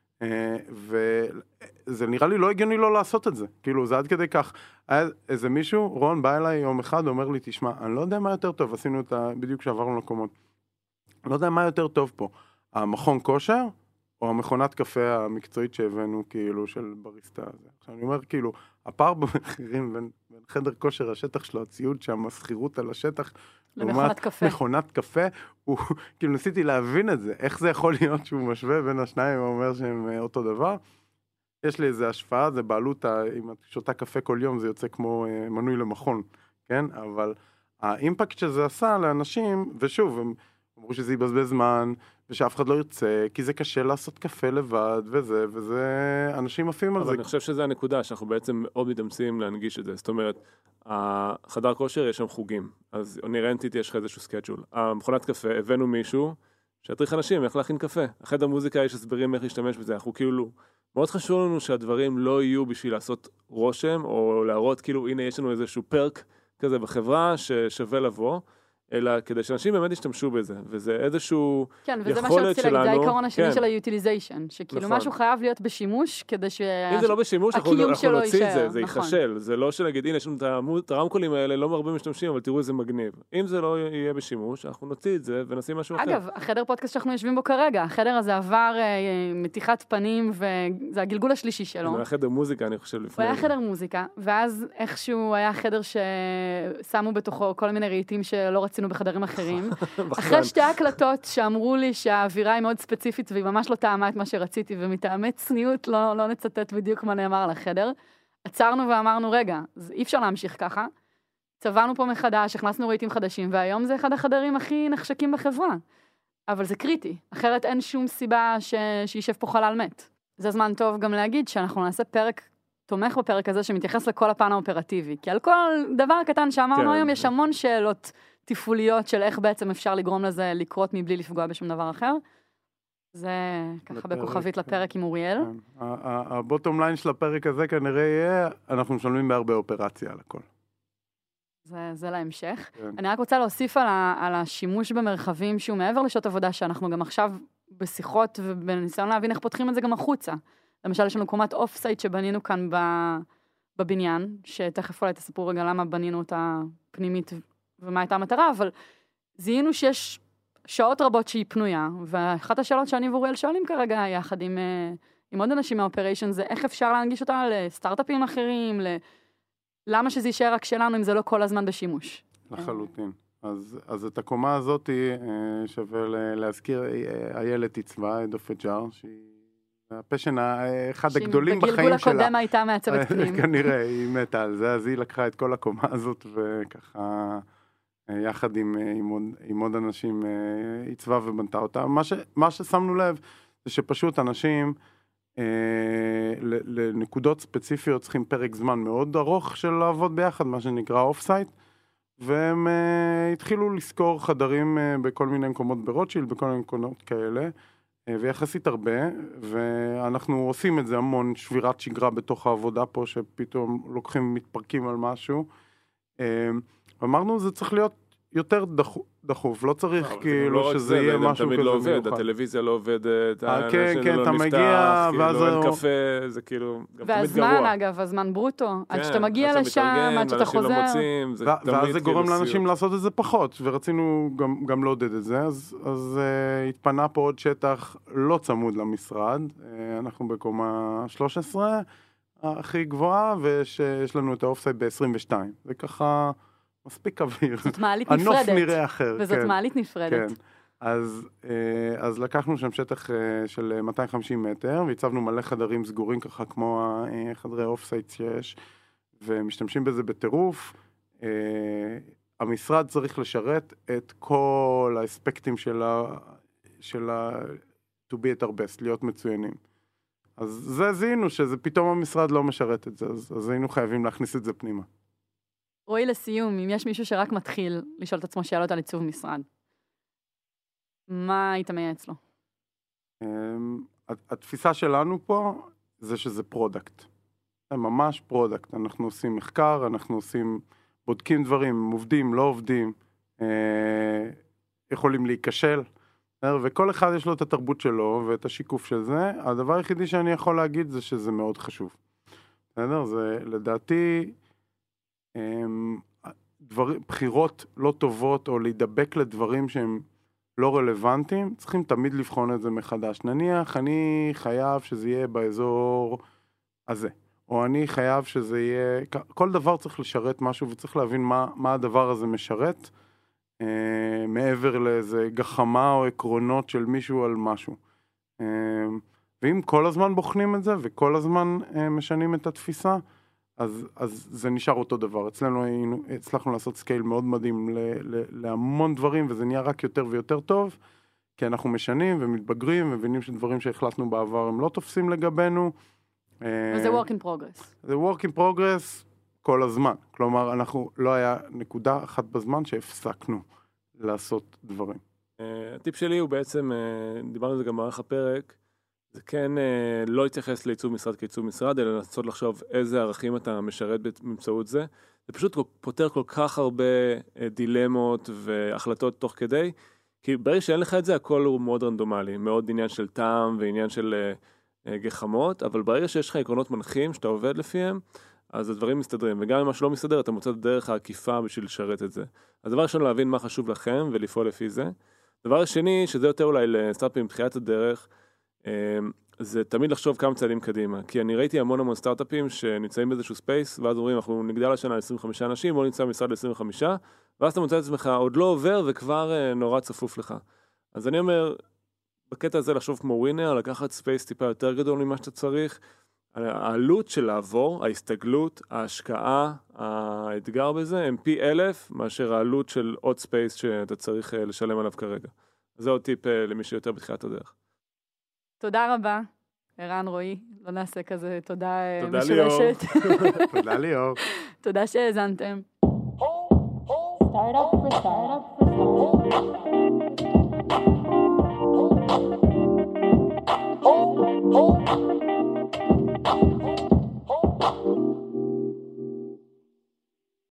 וזה נראה לי לא הגיוני לא לעשות את זה. כאילו, זה עד כדי כך. היה איזה מישהו, רון בא אליי יום אחד, אומר לי, תשמע, אני לא יודע מה יותר טוב, עשינו את ה... בדיוק שעברנו לקומות. אני לא יודע מה יותר טוב פה. המכון כושר, או המכונת קפה המקצועית שהבאנו, כאילו, של בריסטה הזה. עכשיו, אני אומר, כאילו, הפער במחירים בין, בין חדר כושר, השטח שלו, הציוד שם, הסחירות על השטח, למכונת קפה. מכונת קפה, הוא, כאילו, ניסיתי להבין את זה, איך זה יכול להיות שהוא משווה בין השניים, הוא אומר שהם אותו דבר. יש לי איזו השפעה, זה בעלות, אם את שותה קפה כל יום, זה יוצא כמו מנוי למכון, כן? אבל האימפקט שזה עשה לאנשים, ושוב, הם אמרו שזה יבזבז זמן, ושאף אחד לא ירצה, כי זה קשה לעשות קפה לבד, וזה, וזה, אנשים עפים על זה. אבל אני חושב שזה הנקודה, שאנחנו בעצם מאוד מתאמצים להנגיש את זה. זאת אומרת, החדר כושר יש שם חוגים, אז אונירנטית יש לך איזשהו סקייג'ול. המכונת קפה, הבאנו מישהו שיתריך אנשים איך להכין קפה. החדר מוזיקה יש הסברים איך להשתמש בזה. אנחנו כאילו, מאוד חשוב לנו שהדברים לא יהיו בשביל לעשות רושם, או להראות כאילו, הנה יש לנו איזשהו פרק כזה בחברה ששווה לבוא, אלא כדי שאנשים באמת ישתמשו בזה, וזה איזשהו כן, וזה מה יכולת שרציתי להגיד, זה שלנו, העיקרון השני כן. של ה-utilization, שכאילו נכון. משהו חייב להיות בשימוש, כדי אם זה לא בשימוש, אנחנו שהקיום אנחנו שלו נוציא את זה, יישאר, זה נכון. ייחשל, זה לא שנגיד, הנה, יש לנו את העמוד- את הרמקולים האלה, לא הרבה משתמשים, אבל תראו איזה מגניב. אם זה לא יהיה בשימוש, אנחנו נוציא את זה ונשים משהו אחר. אגב, החדר פודקאסט שאנחנו יושבים בו כרגע, החדר הזה עבר אה, מתיחת פנים, וזה הגלגול השלישי שלו. זה היה חדר מוזיקה, אני חושב, הוא לפני. היה חדר מוזיקה, ואז איכשהו היה חדר ששמו בתוכו כל מיני רהיטים שלא רצינו בחדרים אחרים. אחרי שתי הקלטות שאמרו לי שהאווירה היא מאוד ספציפית, והיא ממש לא טעמה את מה שרציתי, ומטעמי צניעות לא, לא נצטט בדיוק מה נאמר על החדר, עצרנו ואמרנו, רגע, אי אפשר להמשיך ככה. צבענו פה מחדש, הכנסנו רהיטים חדשים, והיום זה אחד החדרים הכי נחשקים בחברה. אבל זה קריטי, אחרת אין שום סיבה ש... שישב פה חלל מת. זה זמן טוב גם להגיד שאנחנו נעשה פרק, תומך בפרק הזה שמתייחס לכל הפן האופרטיבי, כי על כל דבר קטן שאמרנו כן. היום יש המון שאלות תפעוליות של איך בעצם אפשר לגרום לזה לקרות מבלי לפגוע בשום דבר אחר. זה ככה לפרק, בכוכבית כן. לפרק עם אוריאל. הבוטום ליין של הפרק הזה כנראה יהיה, אנחנו משלמים בהרבה אופרציה על הכל. זה, זה להמשך. כן. אני רק רוצה להוסיף על, ה, על השימוש במרחבים שהוא מעבר לשעות עבודה, שאנחנו גם עכשיו בשיחות ובניסיון להבין איך פותחים את זה גם החוצה. למשל, יש לנו קומת אוף סייט שבנינו כאן בבניין, שתכף אולי תספרו רגע למה בנינו אותה פנימית ומה הייתה המטרה, אבל זיהינו שיש שעות רבות שהיא פנויה, ואחת השאלות שאני ואוריאל שואלים כרגע, יחד עם, עם עוד אנשים מהאופריישן, זה איך אפשר להנגיש אותה לסטארט-אפים אחרים, ל... למה שזה יישאר רק שלנו אם זה לא כל הזמן בשימוש? לחלוטין. אז, אז את הקומה הזאת שווה להזכיר, איילת עיצבה, עדו פג'אר, שהיא הפשן אחד הגדולים בחיים שלה. בגלגול הקודם הייתה מעצבת פנים. כנראה, היא מתה על זה, אז היא לקחה את כל הקומה הזאת, וככה, יחד עם, עם, עוד, עם עוד אנשים, עיצבה ובנתה אותה. מה, ש, מה ששמנו לב, זה שפשוט אנשים, לנקודות ספציפיות צריכים פרק זמן מאוד ארוך של לעבוד ביחד, מה שנקרא אוף סייט, והם התחילו לזכור חדרים בכל מיני מקומות ברוטשילד, בכל מיני מקומות כאלה, ויחסית הרבה, ואנחנו עושים את זה המון שבירת שגרה בתוך העבודה פה, שפתאום לוקחים מתפרקים על משהו. אמרנו, זה צריך להיות יותר דחוף, דחוף, לא צריך כאילו שזה יהיה משהו כזה מיוחד. הטלוויזיה לא עובדת, כן, כן, אתה מגיע, ואז אין קפה, זה כאילו גם תמיד גרוע. והזמן אגב, הזמן ברוטו, עד שאתה מגיע לשם, עד שאתה חוזר. ואז זה גורם לאנשים לעשות את זה פחות, ורצינו גם לעודד את זה, אז התפנה פה עוד שטח לא צמוד למשרד, אנחנו בקומה שלוש עשרה, הכי גבוהה, ויש לנו את האופסייט ב-עשרים ושתיים, זה ככה... מספיק אוויר. זאת מעלית נפרדת. הנוף נראה אחר. וזאת כן, מעלית נפרדת. כן. אז, אז לקחנו שם שטח של מאתיים וחמישים מטר, והצבנו מלא חדרים סגורים ככה, כמו חדרי אוף-סייט שיש, ומשתמשים בזה בטירוף. המשרד צריך לשרת את כל האספקטים של ה... של ה... to be at our best, להיות מצוינים. אז זה זיהינו שזה פתאום המשרד לא משרת את זה, אז, אז היינו חייבים להכניס את זה פנימה. רואי לסיום, אם יש מישהו שרק מתחיל לשאול את עצמו שאלות על עיצוב משרד, מה היית מייעץ לו? התפיסה שלנו פה זה שזה פרודקט. זה ממש פרודקט. אנחנו עושים מחקר, אנחנו עושים, בודקים דברים, עובדים, לא עובדים, יכולים להיכשל, וכל אחד יש לו את התרבות שלו ואת השיקוף של זה. הדבר היחידי שאני יכול להגיד זה שזה מאוד חשוב. בסדר? זה לדעתי... דבר, בחירות לא טובות או להידבק לדברים שהם לא רלוונטיים, צריכים תמיד לבחון את זה מחדש. נניח, אני חייב שזה יהיה באזור הזה, או אני חייב שזה יהיה, כל דבר צריך לשרת משהו וצריך להבין מה, מה הדבר הזה משרת, אה, מעבר לאיזה גחמה או עקרונות של מישהו על משהו. אה, ואם כל הזמן בוחנים את זה וכל הזמן אה, משנים את התפיסה, אז, אז זה נשאר אותו דבר. אצלנו היינו, הצלחנו לעשות סקייל מאוד מדהים ל, ל, להמון דברים, וזה נהיה רק יותר ויותר טוב, כי אנחנו משנים ומתבגרים, ומבינים שדברים שהחלטנו בעבר הם לא תופסים לגבינו. וזה work in progress. זה work in progress כל הזמן. כלומר, אנחנו, לא היה נקודה אחת בזמן שהפסקנו לעשות דברים. הטיפ שלי הוא בעצם, דיברנו על זה גם במהלך הפרק, זה כן לא להתייחס לעיצוב משרד כעיצוב משרד, אלא לנסות לחשוב איזה ערכים אתה משרת באמצעות זה. זה פשוט פותר כל כך הרבה דילמות והחלטות תוך כדי, כי ברגע שאין לך את זה, הכל הוא מאוד רנדומלי, מאוד עניין של טעם ועניין של גחמות, אבל ברגע שיש לך עקרונות מנחים שאתה עובד לפיהם, אז הדברים מסתדרים, וגם אם מה שלא מסתדר, אתה מוצא את דרך העקיפה בשביל לשרת את זה. אז דבר ראשון, להבין מה חשוב לכם ולפעול לפי זה. דבר שני, שזה יותר אולי לסטארט-אפים בתחילת הדרך, זה תמיד לחשוב כמה צעדים קדימה, כי אני ראיתי המון המון סטארט-אפים שנמצאים באיזשהו ספייס, ואז אומרים, אנחנו נגדל השנה עשרים וחמישה אנשים, בוא נמצא במשרד ל-עשרים וחמישה, ואז אתה מוצא את עצמך, עוד לא עובר וכבר נורא צפוף לך. אז אני אומר, בקטע הזה לחשוב כמו ווינר, לקחת ספייס טיפה יותר גדול ממה שאתה צריך, העלות של לעבור, ההסתגלות, ההשקעה, האתגר בזה, הם פי אלף, מאשר העלות של עוד ספייס שאתה צריך לשלם עליו כרגע. זה עוד טיפ למי שיותר בתחילת הדרך. תודה רבה, ערן רועי. לא נעשה כזה תודה תודה משולשת. ליאור. תודה ליאור. תודה שהאזנתם. Start up for start up for start up.